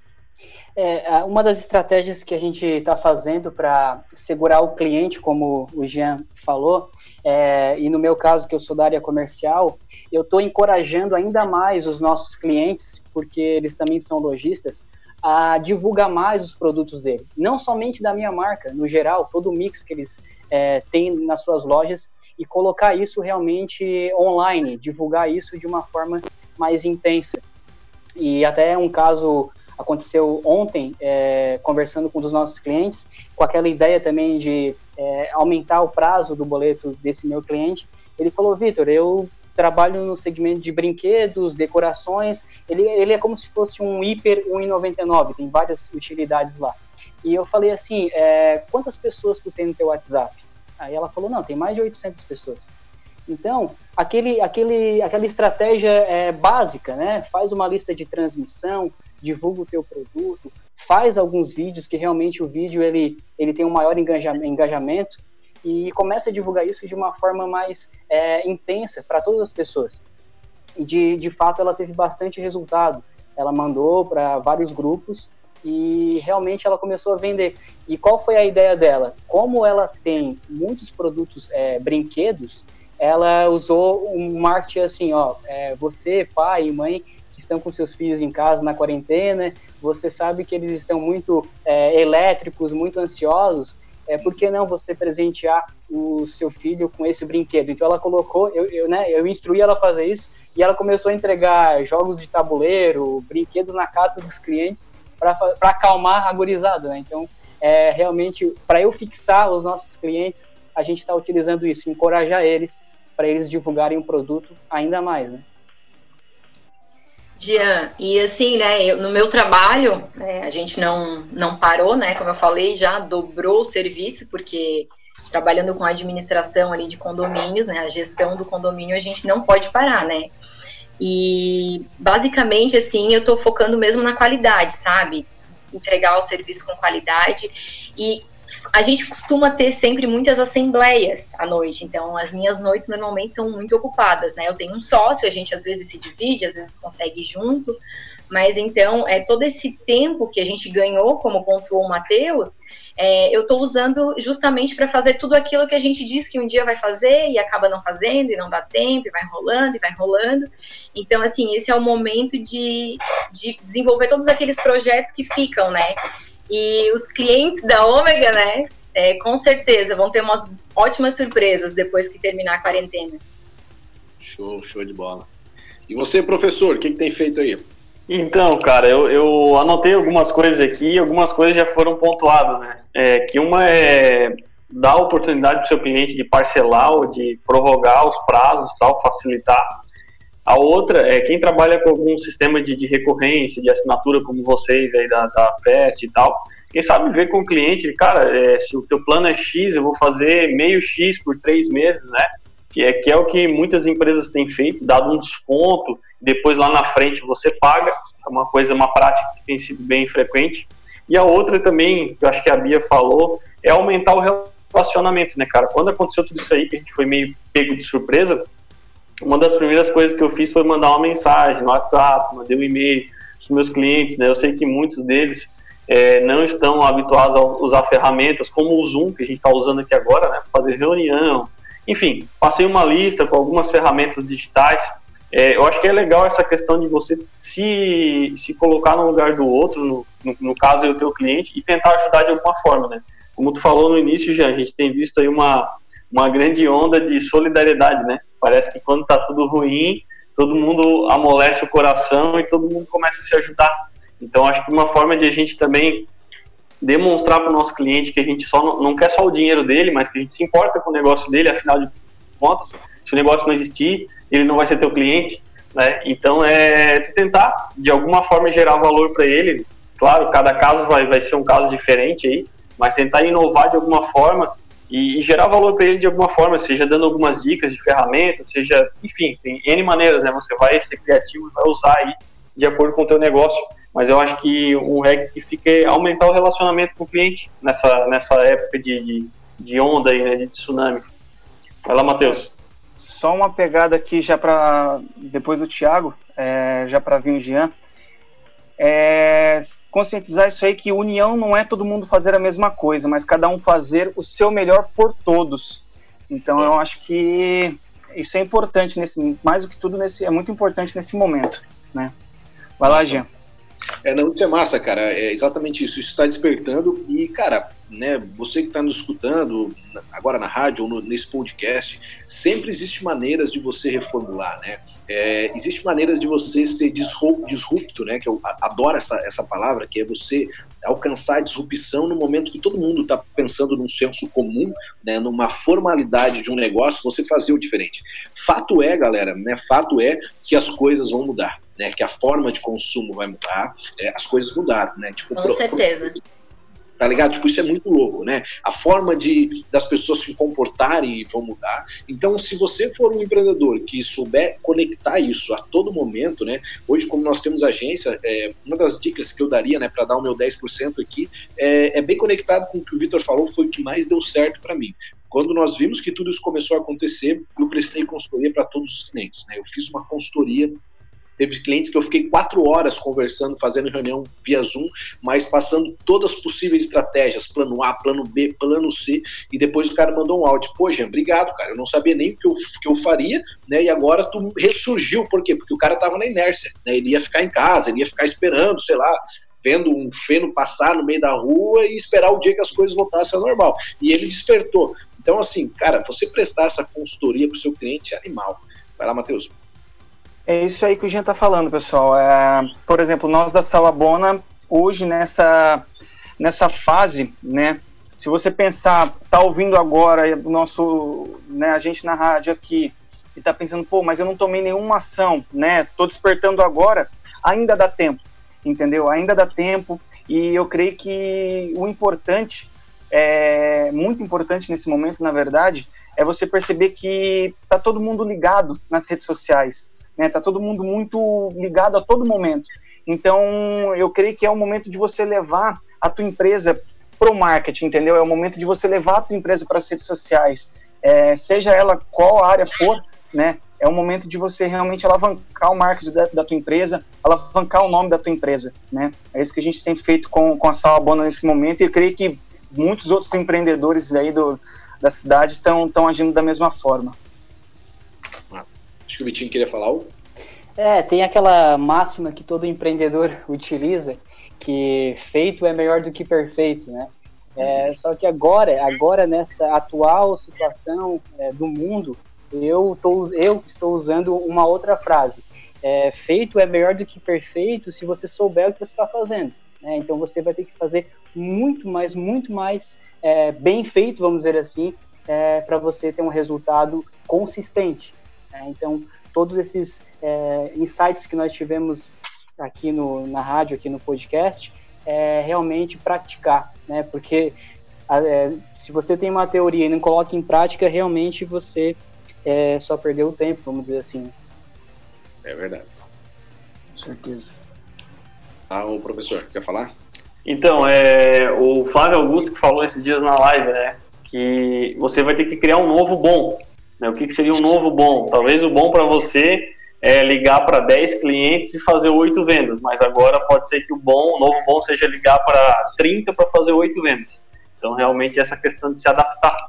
É, uma das estratégias que a gente está fazendo para segurar o cliente, como o Jean falou, é, e no meu caso, que eu sou da área comercial, eu estou encorajando ainda mais os nossos clientes, porque eles também são lojistas, a divulgar mais os produtos dele. Não somente da minha marca, no geral, todo o mix que eles é, têm nas suas lojas, e colocar isso realmente online, divulgar isso de uma forma mais intensa. E até um caso aconteceu ontem, é, conversando com um dos nossos clientes, com aquela ideia também de é, aumentar o prazo do boleto desse meu cliente. Ele falou, Vitor, eu trabalho no segmento de brinquedos, decorações, ele, ele é como se fosse um hiper um e noventa e nove, tem várias utilidades lá. E eu falei assim, é, quantas pessoas tu tem no teu WhatsApp? Aí ela falou, não, tem mais de oitocentas pessoas. Então, aquele, aquele, aquela estratégia é, básica, né? Faz uma lista de transmissão, divulga o teu produto, faz alguns vídeos que realmente o vídeo ele, ele tem um maior engajamento, e começa a divulgar isso de uma forma mais é, intensa para todas as pessoas. E de, de fato ela teve bastante resultado. Ela mandou para vários grupos e realmente ela começou a vender. E qual foi a ideia dela? Como ela tem muitos produtos, é, brinquedos, ela usou um marketing assim, ó, é, você, pai e mãe, que estão com seus filhos em casa na quarentena, você sabe que eles estão muito é, elétricos, muito ansiosos, é, por que não você presentear o seu filho com esse brinquedo? Então ela colocou, eu, eu, né, eu instruí ela a fazer isso, e ela começou a entregar jogos de tabuleiro, brinquedos na casa dos clientes, para acalmar a gurizada, né? Então, é, realmente, para eu fixar os nossos clientes, a gente está utilizando isso, encorajar eles, para eles divulgarem o produto ainda mais, né? Jean, e assim, né, eu, no meu trabalho, né, a gente não, não parou, né, como eu falei, já dobrou o serviço, porque trabalhando com a administração ali de condomínios, né, a gestão do condomínio, a gente não pode parar, né? E basicamente, assim, eu tô focando mesmo na qualidade, sabe? Entregar o serviço com qualidade. E a gente costuma ter sempre muitas assembleias à noite, então as minhas noites normalmente são muito ocupadas, né? Eu tenho um sócio, a gente às vezes se divide, às vezes consegue ir junto, mas então é, todo esse tempo que a gente ganhou, como pontuou o Matheus, é, eu estou usando justamente para fazer tudo aquilo que a gente diz que um dia vai fazer e acaba não fazendo, e não dá tempo, e vai enrolando, e vai enrolando. Então, assim, esse é o momento de, de desenvolver todos aqueles projetos que ficam, né? E os clientes da Ômega, né, é, com certeza vão ter umas ótimas surpresas depois que terminar a quarentena. Show, show de bola. E você, professor, o que, que tem feito aí? Então, cara, eu, eu anotei algumas coisas aqui, algumas coisas já foram pontuadas, né? É, que uma é dar a oportunidade para o seu cliente de parcelar ou de prorrogar os prazos, tal, facilitar. A outra é quem trabalha com algum sistema de, de recorrência, de assinatura, como vocês aí da, da Fest e tal, quem sabe ver com o cliente, cara, é, se o teu plano é X, eu vou fazer meio X por três meses, né? Que é, que é o que muitas empresas têm feito, dado um desconto, depois lá na frente você paga, é uma coisa, uma prática que tem sido bem frequente. E a outra também, que eu acho que a Bia falou, é aumentar o relacionamento, né, cara? Quando aconteceu tudo isso aí, que a gente foi meio pego de surpresa, uma das primeiras coisas que eu fiz foi mandar uma mensagem no WhatsApp, mandei um e-mail para os meus clientes, né? Eu sei que muitos deles é, não estão habituados a usar ferramentas como o Zoom, que a gente está usando aqui agora, né? Para fazer reunião. Enfim, passei uma lista com algumas ferramentas digitais. É, eu acho que é legal essa questão de você se, se colocar no lugar do outro, no, no, no caso é o teu cliente, e tentar ajudar de alguma forma, né? Como tu falou no início, Jean, a gente tem visto aí uma, uma grande onda de solidariedade, né? Parece que quando tá tudo ruim, todo mundo amolece o coração e todo mundo começa a se ajudar. Então, acho que uma forma de a gente também demonstrar para o nosso cliente que a gente só não, não quer só o dinheiro dele, mas que a gente se importa com o negócio dele, afinal de contas, se o negócio não existir, ele não vai ser teu cliente, né? Então, é tentar, de alguma forma, gerar valor para ele. Claro, cada caso vai, vai ser um caso diferente aí, mas tentar inovar de alguma forma e, e gerar valor para ele de alguma forma, seja dando algumas dicas de ferramentas, seja, enfim, tem N maneiras, né? Você vai ser criativo e vai usar aí de acordo com o teu negócio. Mas eu acho que um hack que fica é aumentar o relacionamento com o cliente nessa, nessa época de, de, de onda aí, né, de tsunami. Vai lá, Matheus. Só uma pegada aqui já para depois do Thiago, é, já para vir o Jean. É, conscientizar isso aí que união não é todo mundo fazer a mesma coisa, mas cada um fazer o seu melhor por todos. Então eu acho que isso é importante, nesse, mais do que tudo, nesse, é muito importante nesse momento, né? Vai lá, Jean. É, não, isso é massa, cara, é exatamente isso, isso está despertando e, cara, né, você que está nos escutando agora na rádio ou no, nesse podcast, sempre existe maneiras de você reformular, né, é, existe maneiras de você ser disrupto, né, que eu adoro essa, essa palavra, que é você alcançar a disrupção no momento que todo mundo está pensando num senso comum, né, numa formalidade de um negócio, você fazer o diferente. Fato é, galera, né, fato é que as coisas vão mudar. Né, que a forma de consumo vai mudar, é, as coisas mudaram, né? Tipo, com pro, certeza. Tá ligado? Tipo, isso é muito louco, né? A forma de, das pessoas se comportarem vão mudar. Então, se você for um empreendedor que souber conectar isso a todo momento, né? Hoje, como nós temos agência, é, uma das dicas que eu daria, né, para dar o meu dez por cento aqui, é, é bem conectado com o que o Vitor falou, foi o que mais deu certo para mim. Quando nós vimos que tudo isso começou a acontecer, eu prestei consultoria para todos os clientes, né? Eu fiz uma consultoria. Teve clientes que eu fiquei quatro horas conversando, fazendo reunião via Zoom, mas passando todas as possíveis estratégias, plano A, plano B, plano C, e depois o cara mandou um áudio. Pô, Jean, obrigado, cara, eu não sabia nem o que eu, que eu faria, né, e agora tu ressurgiu, por quê? Porque o cara tava na inércia, né, ele ia ficar em casa, ele ia ficar esperando, sei lá, vendo um feno passar no meio da rua e esperar o dia que as coisas voltassem ao normal. E ele despertou. Então, assim, cara, você prestar essa consultoria pro seu cliente é animal. Vai lá, Matheus. É isso aí que o Jean está falando, pessoal. É, por exemplo, nós da Salabona, hoje nessa, nessa fase, né, se você pensar, tá ouvindo agora o nosso, né, a gente na rádio aqui, e tá pensando, pô, mas eu não tomei nenhuma ação, né, tô despertando agora, ainda dá tempo, entendeu? Ainda dá tempo, e eu creio que o importante é muito importante nesse momento, na verdade, é você perceber que tá todo mundo ligado nas redes sociais, né? Tá todo mundo muito ligado a todo momento. Então, eu creio que é o momento de você levar a tua empresa pro marketing, entendeu? É o momento de você levar a tua empresa para as redes sociais, é, seja ela qual área for, né? É o momento de você realmente alavancar o marketing da, da tua empresa, alavancar o nome da tua empresa, né? É isso que a gente tem feito com, com a Salabona nesse momento, e eu creio que muitos outros empreendedores aí do, da cidade estão agindo da mesma forma. Acho que o Vitinho queria falar algo. É, tem aquela máxima que todo empreendedor utiliza, que feito é melhor do que perfeito, né? É, só que agora, agora nessa atual situação é, do mundo, eu, tô, eu estou usando uma outra frase. É, feito é melhor do que perfeito se você souber o que você está fazendo, né? Então você vai ter que fazer muito mais, muito mais é, bem feito, vamos dizer assim, é, para você ter um resultado consistente, né? Então, todos esses é, insights que nós tivemos aqui no, na rádio, aqui no podcast, é realmente praticar, né? Porque é, se você tem uma teoria e não coloca em prática, realmente você é, só perdeu o tempo, vamos dizer assim. É verdade. Com certeza. Ah, o professor, quer falar? Então, é, o Flávio Augusto que falou esses dias na live, né? Que você vai ter que criar um novo bom. Né? O que, que seria um novo bom? Talvez o bom para você é ligar para dez clientes e fazer oito vendas, mas agora pode ser que o bom, o novo bom seja ligar para trinta para fazer oito vendas. Então, realmente, essa questão de se adaptar.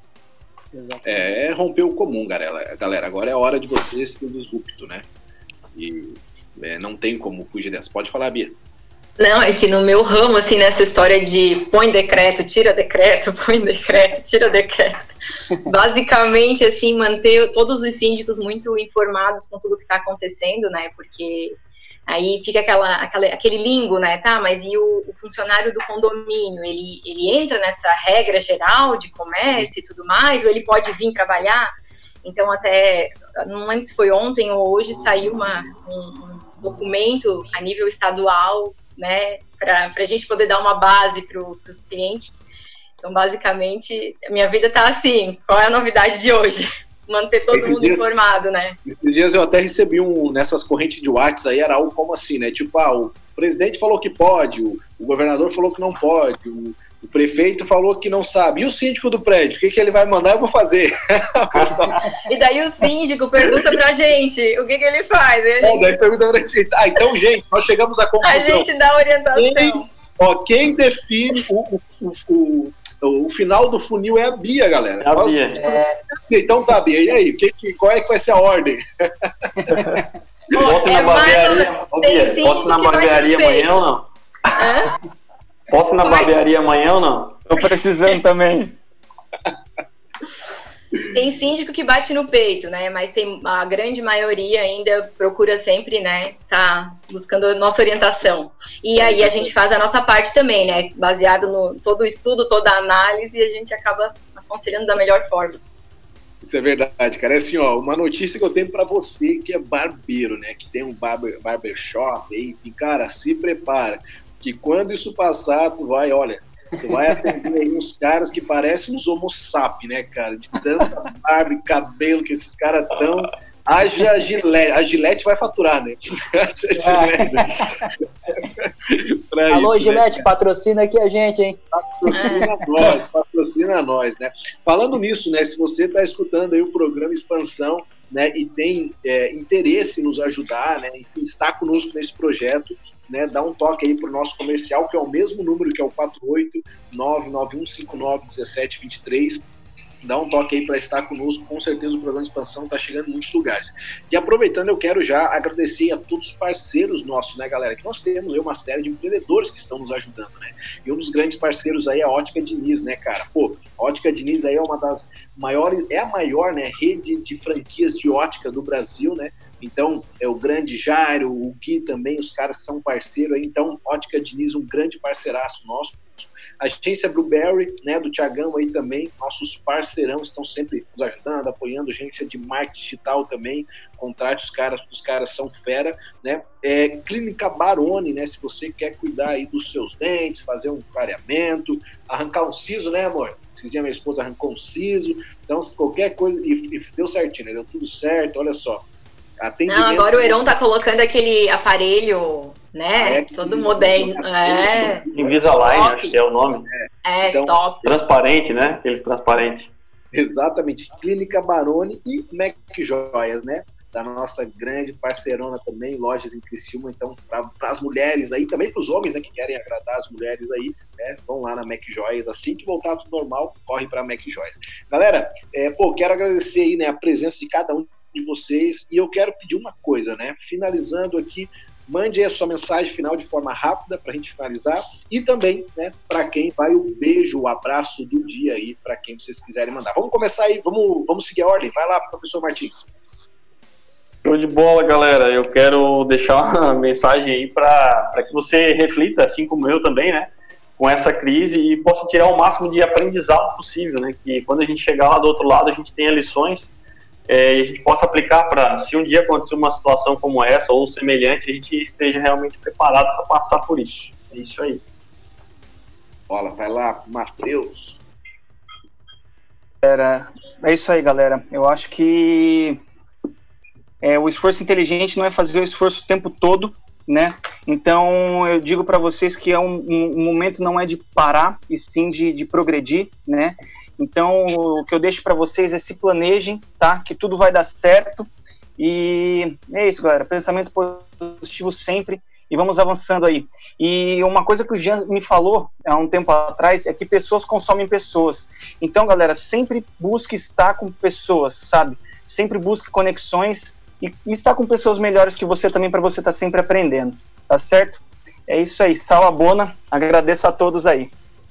É, é romper o comum, galera. galera. Agora é a hora de você ser disrupto, né? E é, não tem como fugir dessa. Pode falar, Bia. Não, é que no meu ramo, assim, nessa história de põe decreto, tira decreto, põe decreto, tira decreto, basicamente, assim, manter todos os síndicos muito informados com tudo que está acontecendo, né, porque aí fica aquela, aquela, aquele limbo, né, tá, mas e o, o funcionário do condomínio, ele, ele entra nessa regra geral de comércio e tudo mais, ou ele pode vir trabalhar? Então, até, não lembro se foi ontem ou hoje, saiu uma, um, um documento a nível estadual, né, para a gente poder dar uma base para os clientes. Então, basicamente, a minha vida está assim. Qual é a novidade de hoje? Manter todo esses mundo dias, informado, né? Esses dias eu até recebi um, nessas correntes de WhatsApp aí, era algo como assim, né? Tipo, ah, o presidente falou que pode, o, o governador falou que não pode, o, o prefeito falou que não sabe. E o síndico do prédio? O que, que ele vai mandar? Eu vou fazer. E daí o síndico pergunta pra gente o que, que ele faz. Ele... É, daí pergunta pra gente. Ah, então, gente, nós chegamos à conclusão. A gente dá orientação. Quem, ó, quem define o, o, o, o, o final do funil é a Bia, galera. É a Nós, Bia. É... Então tá, Bia. E aí? Que, que, qual é que vai ser a ordem? Posso ir na é barbearia? Ô, Bia, posso ir na barbearia amanhã ou não? Hã? Posso ir na barbearia amanhã ou não? Tô precisando também. Tem síndico que bate no peito, né? Mas tem a grande maioria ainda procura sempre, né? Tá buscando a nossa orientação. E aí a gente faz a nossa parte também, né? Baseado no todo o estudo, toda a análise, e a gente acaba aconselhando da melhor forma. Isso é verdade, cara. É assim, ó, uma notícia que eu tenho pra você que é barbeiro, né? Que tem um barber, barbershop aí, enfim, cara, se prepara. Que quando isso passar, tu vai, olha, tu vai atender aí uns caras que parecem uns homo sapiens, né, cara? De tanta barba e cabelo que esses caras tão... Haja Gillette. A Gillette vai faturar, né? Pra Alô, isso, Gillette, né, patrocina aqui a gente, hein? Patrocina nós, patrocina nós, né? Falando nisso, né, se você está escutando aí o programa Expansão, né, e tem é, interesse em nos ajudar, né, e está conosco nesse projeto, né, dá um toque aí pro nosso comercial, que é o mesmo número, que é o quatro oito nove nove um cinco nove um sete dois três. Dá um toque aí para estar conosco, com certeza o programa Expansão está chegando em muitos lugares. E aproveitando, eu quero já agradecer a todos os parceiros nossos, né, galera, que nós temos aí uma série de empreendedores que estão nos ajudando, né, e um dos grandes parceiros aí é a Ótica Diniz, né, cara, pô, a Ótica Diniz aí é uma das maiores, é a maior, né, rede de franquias de ótica do Brasil, né, então é o grande Jairo, o Gui também, os caras que são parceiros aí, então Ótica Diniz, um grande parceiraço nosso. Agência Blueberry, né, do Thiagão aí também, nossos parceirão, estão sempre nos ajudando, apoiando, agência de marketing digital também, contrate os caras, os caras são fera, né? É, Clínica Baroni, né, se você quer cuidar aí dos seus dentes, fazer um clareamento, arrancar um siso, né, amor? Esses dias minha esposa arrancou um siso, então qualquer coisa, e, e deu certinho, né? Deu tudo certo, olha só. Não, agora o Heron tá colocando aquele aparelho, né, é, todo isso, moderno, é. Invisalign, acho que é o nome. É, é então, top. Transparente, né, aqueles transparentes. Exatamente, Clínica Baroni e Mac Joias, né, da nossa grande parceirona também, lojas em Criciúma, então para as mulheres aí, também para os homens, né, que querem agradar as mulheres aí, né, vão lá na Mac Joias, assim que voltar tudo normal, corre para Mac Joias. Galera, é, pô, quero agradecer aí, né, a presença de cada um de vocês, e eu quero pedir uma coisa, né, finalizando aqui, mande aí a sua mensagem final de forma rápida para a gente finalizar, e também, né, para quem vai o beijo, o abraço do dia aí, para quem vocês quiserem mandar. Vamos começar aí, vamos, vamos seguir a ordem, vai lá, professor Martins. Show de bola, galera, eu quero deixar uma mensagem aí para que você reflita, assim como eu também, né, com essa crise e possa tirar o máximo de aprendizado possível, né, que quando a gente chegar lá do outro lado, a gente tenha lições É, e a gente possa aplicar para, se um dia acontecer uma situação como essa ou semelhante, a gente esteja realmente preparado para passar por isso. É isso aí. Bola, vai lá, Matheus. É isso aí, galera. Eu acho que é, o esforço inteligente não é fazer o esforço o tempo todo, né? Então, eu digo para vocês que é um, um, um momento não é de parar, e sim de, de progredir, né? Então, o que eu deixo para vocês é se planejem, tá? Que tudo vai dar certo. E é isso, galera. Pensamento positivo sempre. E vamos avançando aí. E uma coisa que o Jean me falou há um tempo atrás é que pessoas consomem pessoas. Então, galera, sempre busque estar com pessoas, sabe? Sempre busque conexões e, e estar com pessoas melhores que você também, para você estar sempre aprendendo. Tá certo? É isso aí. Sal a bona. Agradeço a todos aí.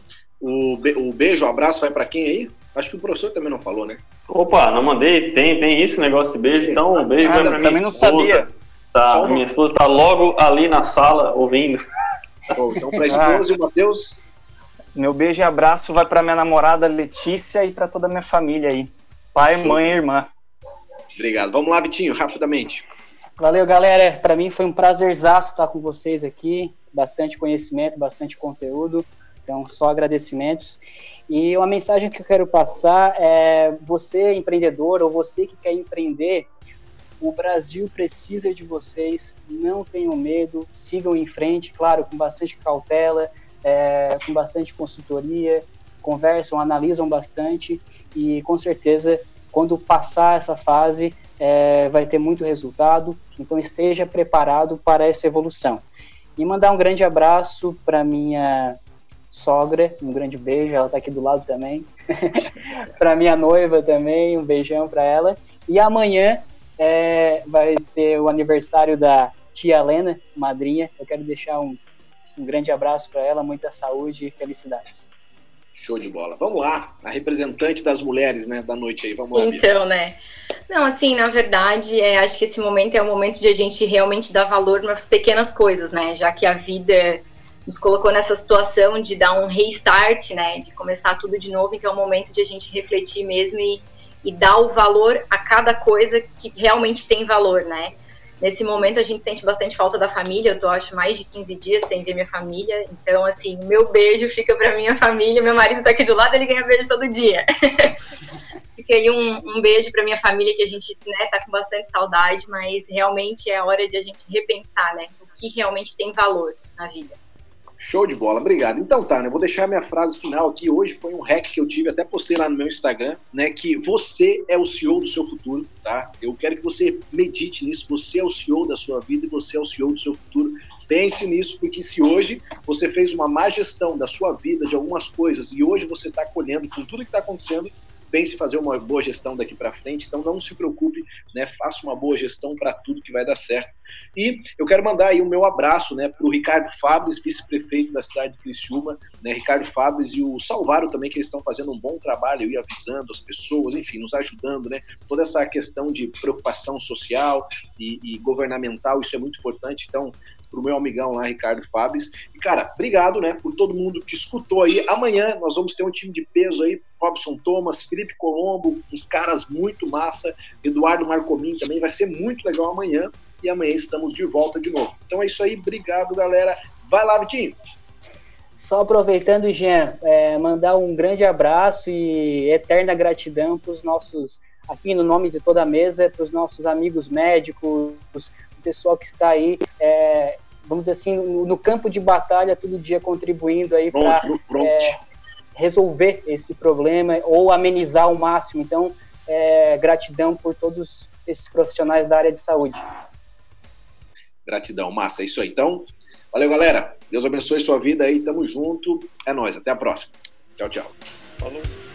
O, be o beijo, o abraço vai para quem aí? Acho que o professor também não falou, né? Opa, não mandei. Tem, tem isso, negócio de beijo. Então, um beijo vai pra minha também esposa. Não sabia. Tá, minha esposa tá logo ali na sala, ouvindo. Bom, então, pra esposa ah, e o Matheus. Meu beijo e abraço vai pra minha namorada Letícia e pra toda a minha família aí. Pai, mãe e irmã. Obrigado. Vamos lá, Vitinho, rapidamente. Valeu, galera. Pra mim foi um prazerzaço estar com vocês aqui. Bastante conhecimento, bastante conteúdo. Então, só agradecimentos. E uma mensagem que eu quero passar é: você, empreendedor, ou você que quer empreender, o Brasil precisa de vocês. Não tenham medo, sigam em frente, claro, com bastante cautela, é, com bastante consultoria, conversam, analisam bastante e, com certeza, quando passar essa fase, é, vai ter muito resultado. Então, esteja preparado para essa evolução. E mandar um grande abraço para minha sogra, um grande beijo, ela está aqui do lado também, para minha noiva também, um beijão para ela, e amanhã é, vai ter o aniversário da tia Helena, madrinha, eu quero deixar um, um grande abraço para ela, muita saúde e felicidades. Show de bola. Vamos lá, a representante das mulheres, né, da noite aí, vamos lá. Então, né, não, assim, na verdade, é, acho que esse momento é o momento de a gente realmente dar valor nas pequenas coisas, né, já que a vida nos colocou nessa situação de dar um restart, né, de começar tudo de novo, então é o momento de a gente refletir mesmo e, e dar o valor a cada coisa que realmente tem valor, né. Nesse momento a gente sente bastante falta da família, eu tô, acho, mais de quinze dias sem ver minha família, então, assim, meu beijo fica pra minha família, meu marido tá aqui do lado, ele ganha beijo todo dia. Fica aí um, um beijo pra minha família, que a gente, né, tá com bastante saudade, mas realmente é a hora de a gente repensar, né, o que realmente tem valor na vida. Show de bola, obrigado. Então tá, né, eu vou deixar minha frase final aqui. Hoje foi um hack que eu tive, até postei lá no meu Instagram, né, que você é o C E O do seu futuro, tá? Eu quero que você medite nisso, você é o C E O da sua vida e você é o C E O do seu futuro. Pense nisso, porque se hoje você fez uma má gestão da sua vida, de algumas coisas, e hoje você está colhendo com tudo que está acontecendo, pense em fazer uma boa gestão daqui para frente, então não se preocupe, né, faça uma boa gestão para tudo que vai dar certo. E eu quero mandar aí o meu abraço, né, para o Ricardo Fabres, vice-prefeito da cidade de Criciúma, né, Ricardo Fabres e o Salvaro também, que eles estão fazendo um bom trabalho aí, avisando as pessoas, enfim, nos ajudando, né, toda essa questão de preocupação social e, e governamental, isso é muito importante, então pro meu amigão lá, Ricardo Fabes. E, cara, obrigado, né, por todo mundo que escutou aí. Amanhã nós vamos ter um time de peso aí, Robson Thomas, Felipe Colombo, uns caras muito massa, Eduardo Marcomin também, vai ser muito legal amanhã. E amanhã estamos de volta de novo. Então é isso aí, obrigado, galera. Vai lá, Vitinho. Só aproveitando, Jean, é, mandar um grande abraço e eterna gratidão para os nossos, aqui no nome de toda a mesa, para os nossos amigos médicos, o pessoal que está aí, é, vamos dizer assim, no, no campo de batalha, todo dia contribuindo aí para é, resolver esse problema ou amenizar ao máximo. Então, é, gratidão por todos esses profissionais da área de saúde. Gratidão, massa, é isso aí. Então, valeu, galera. Deus abençoe sua vida aí, tamo junto. É nóis, até a próxima. Tchau, tchau. Falou.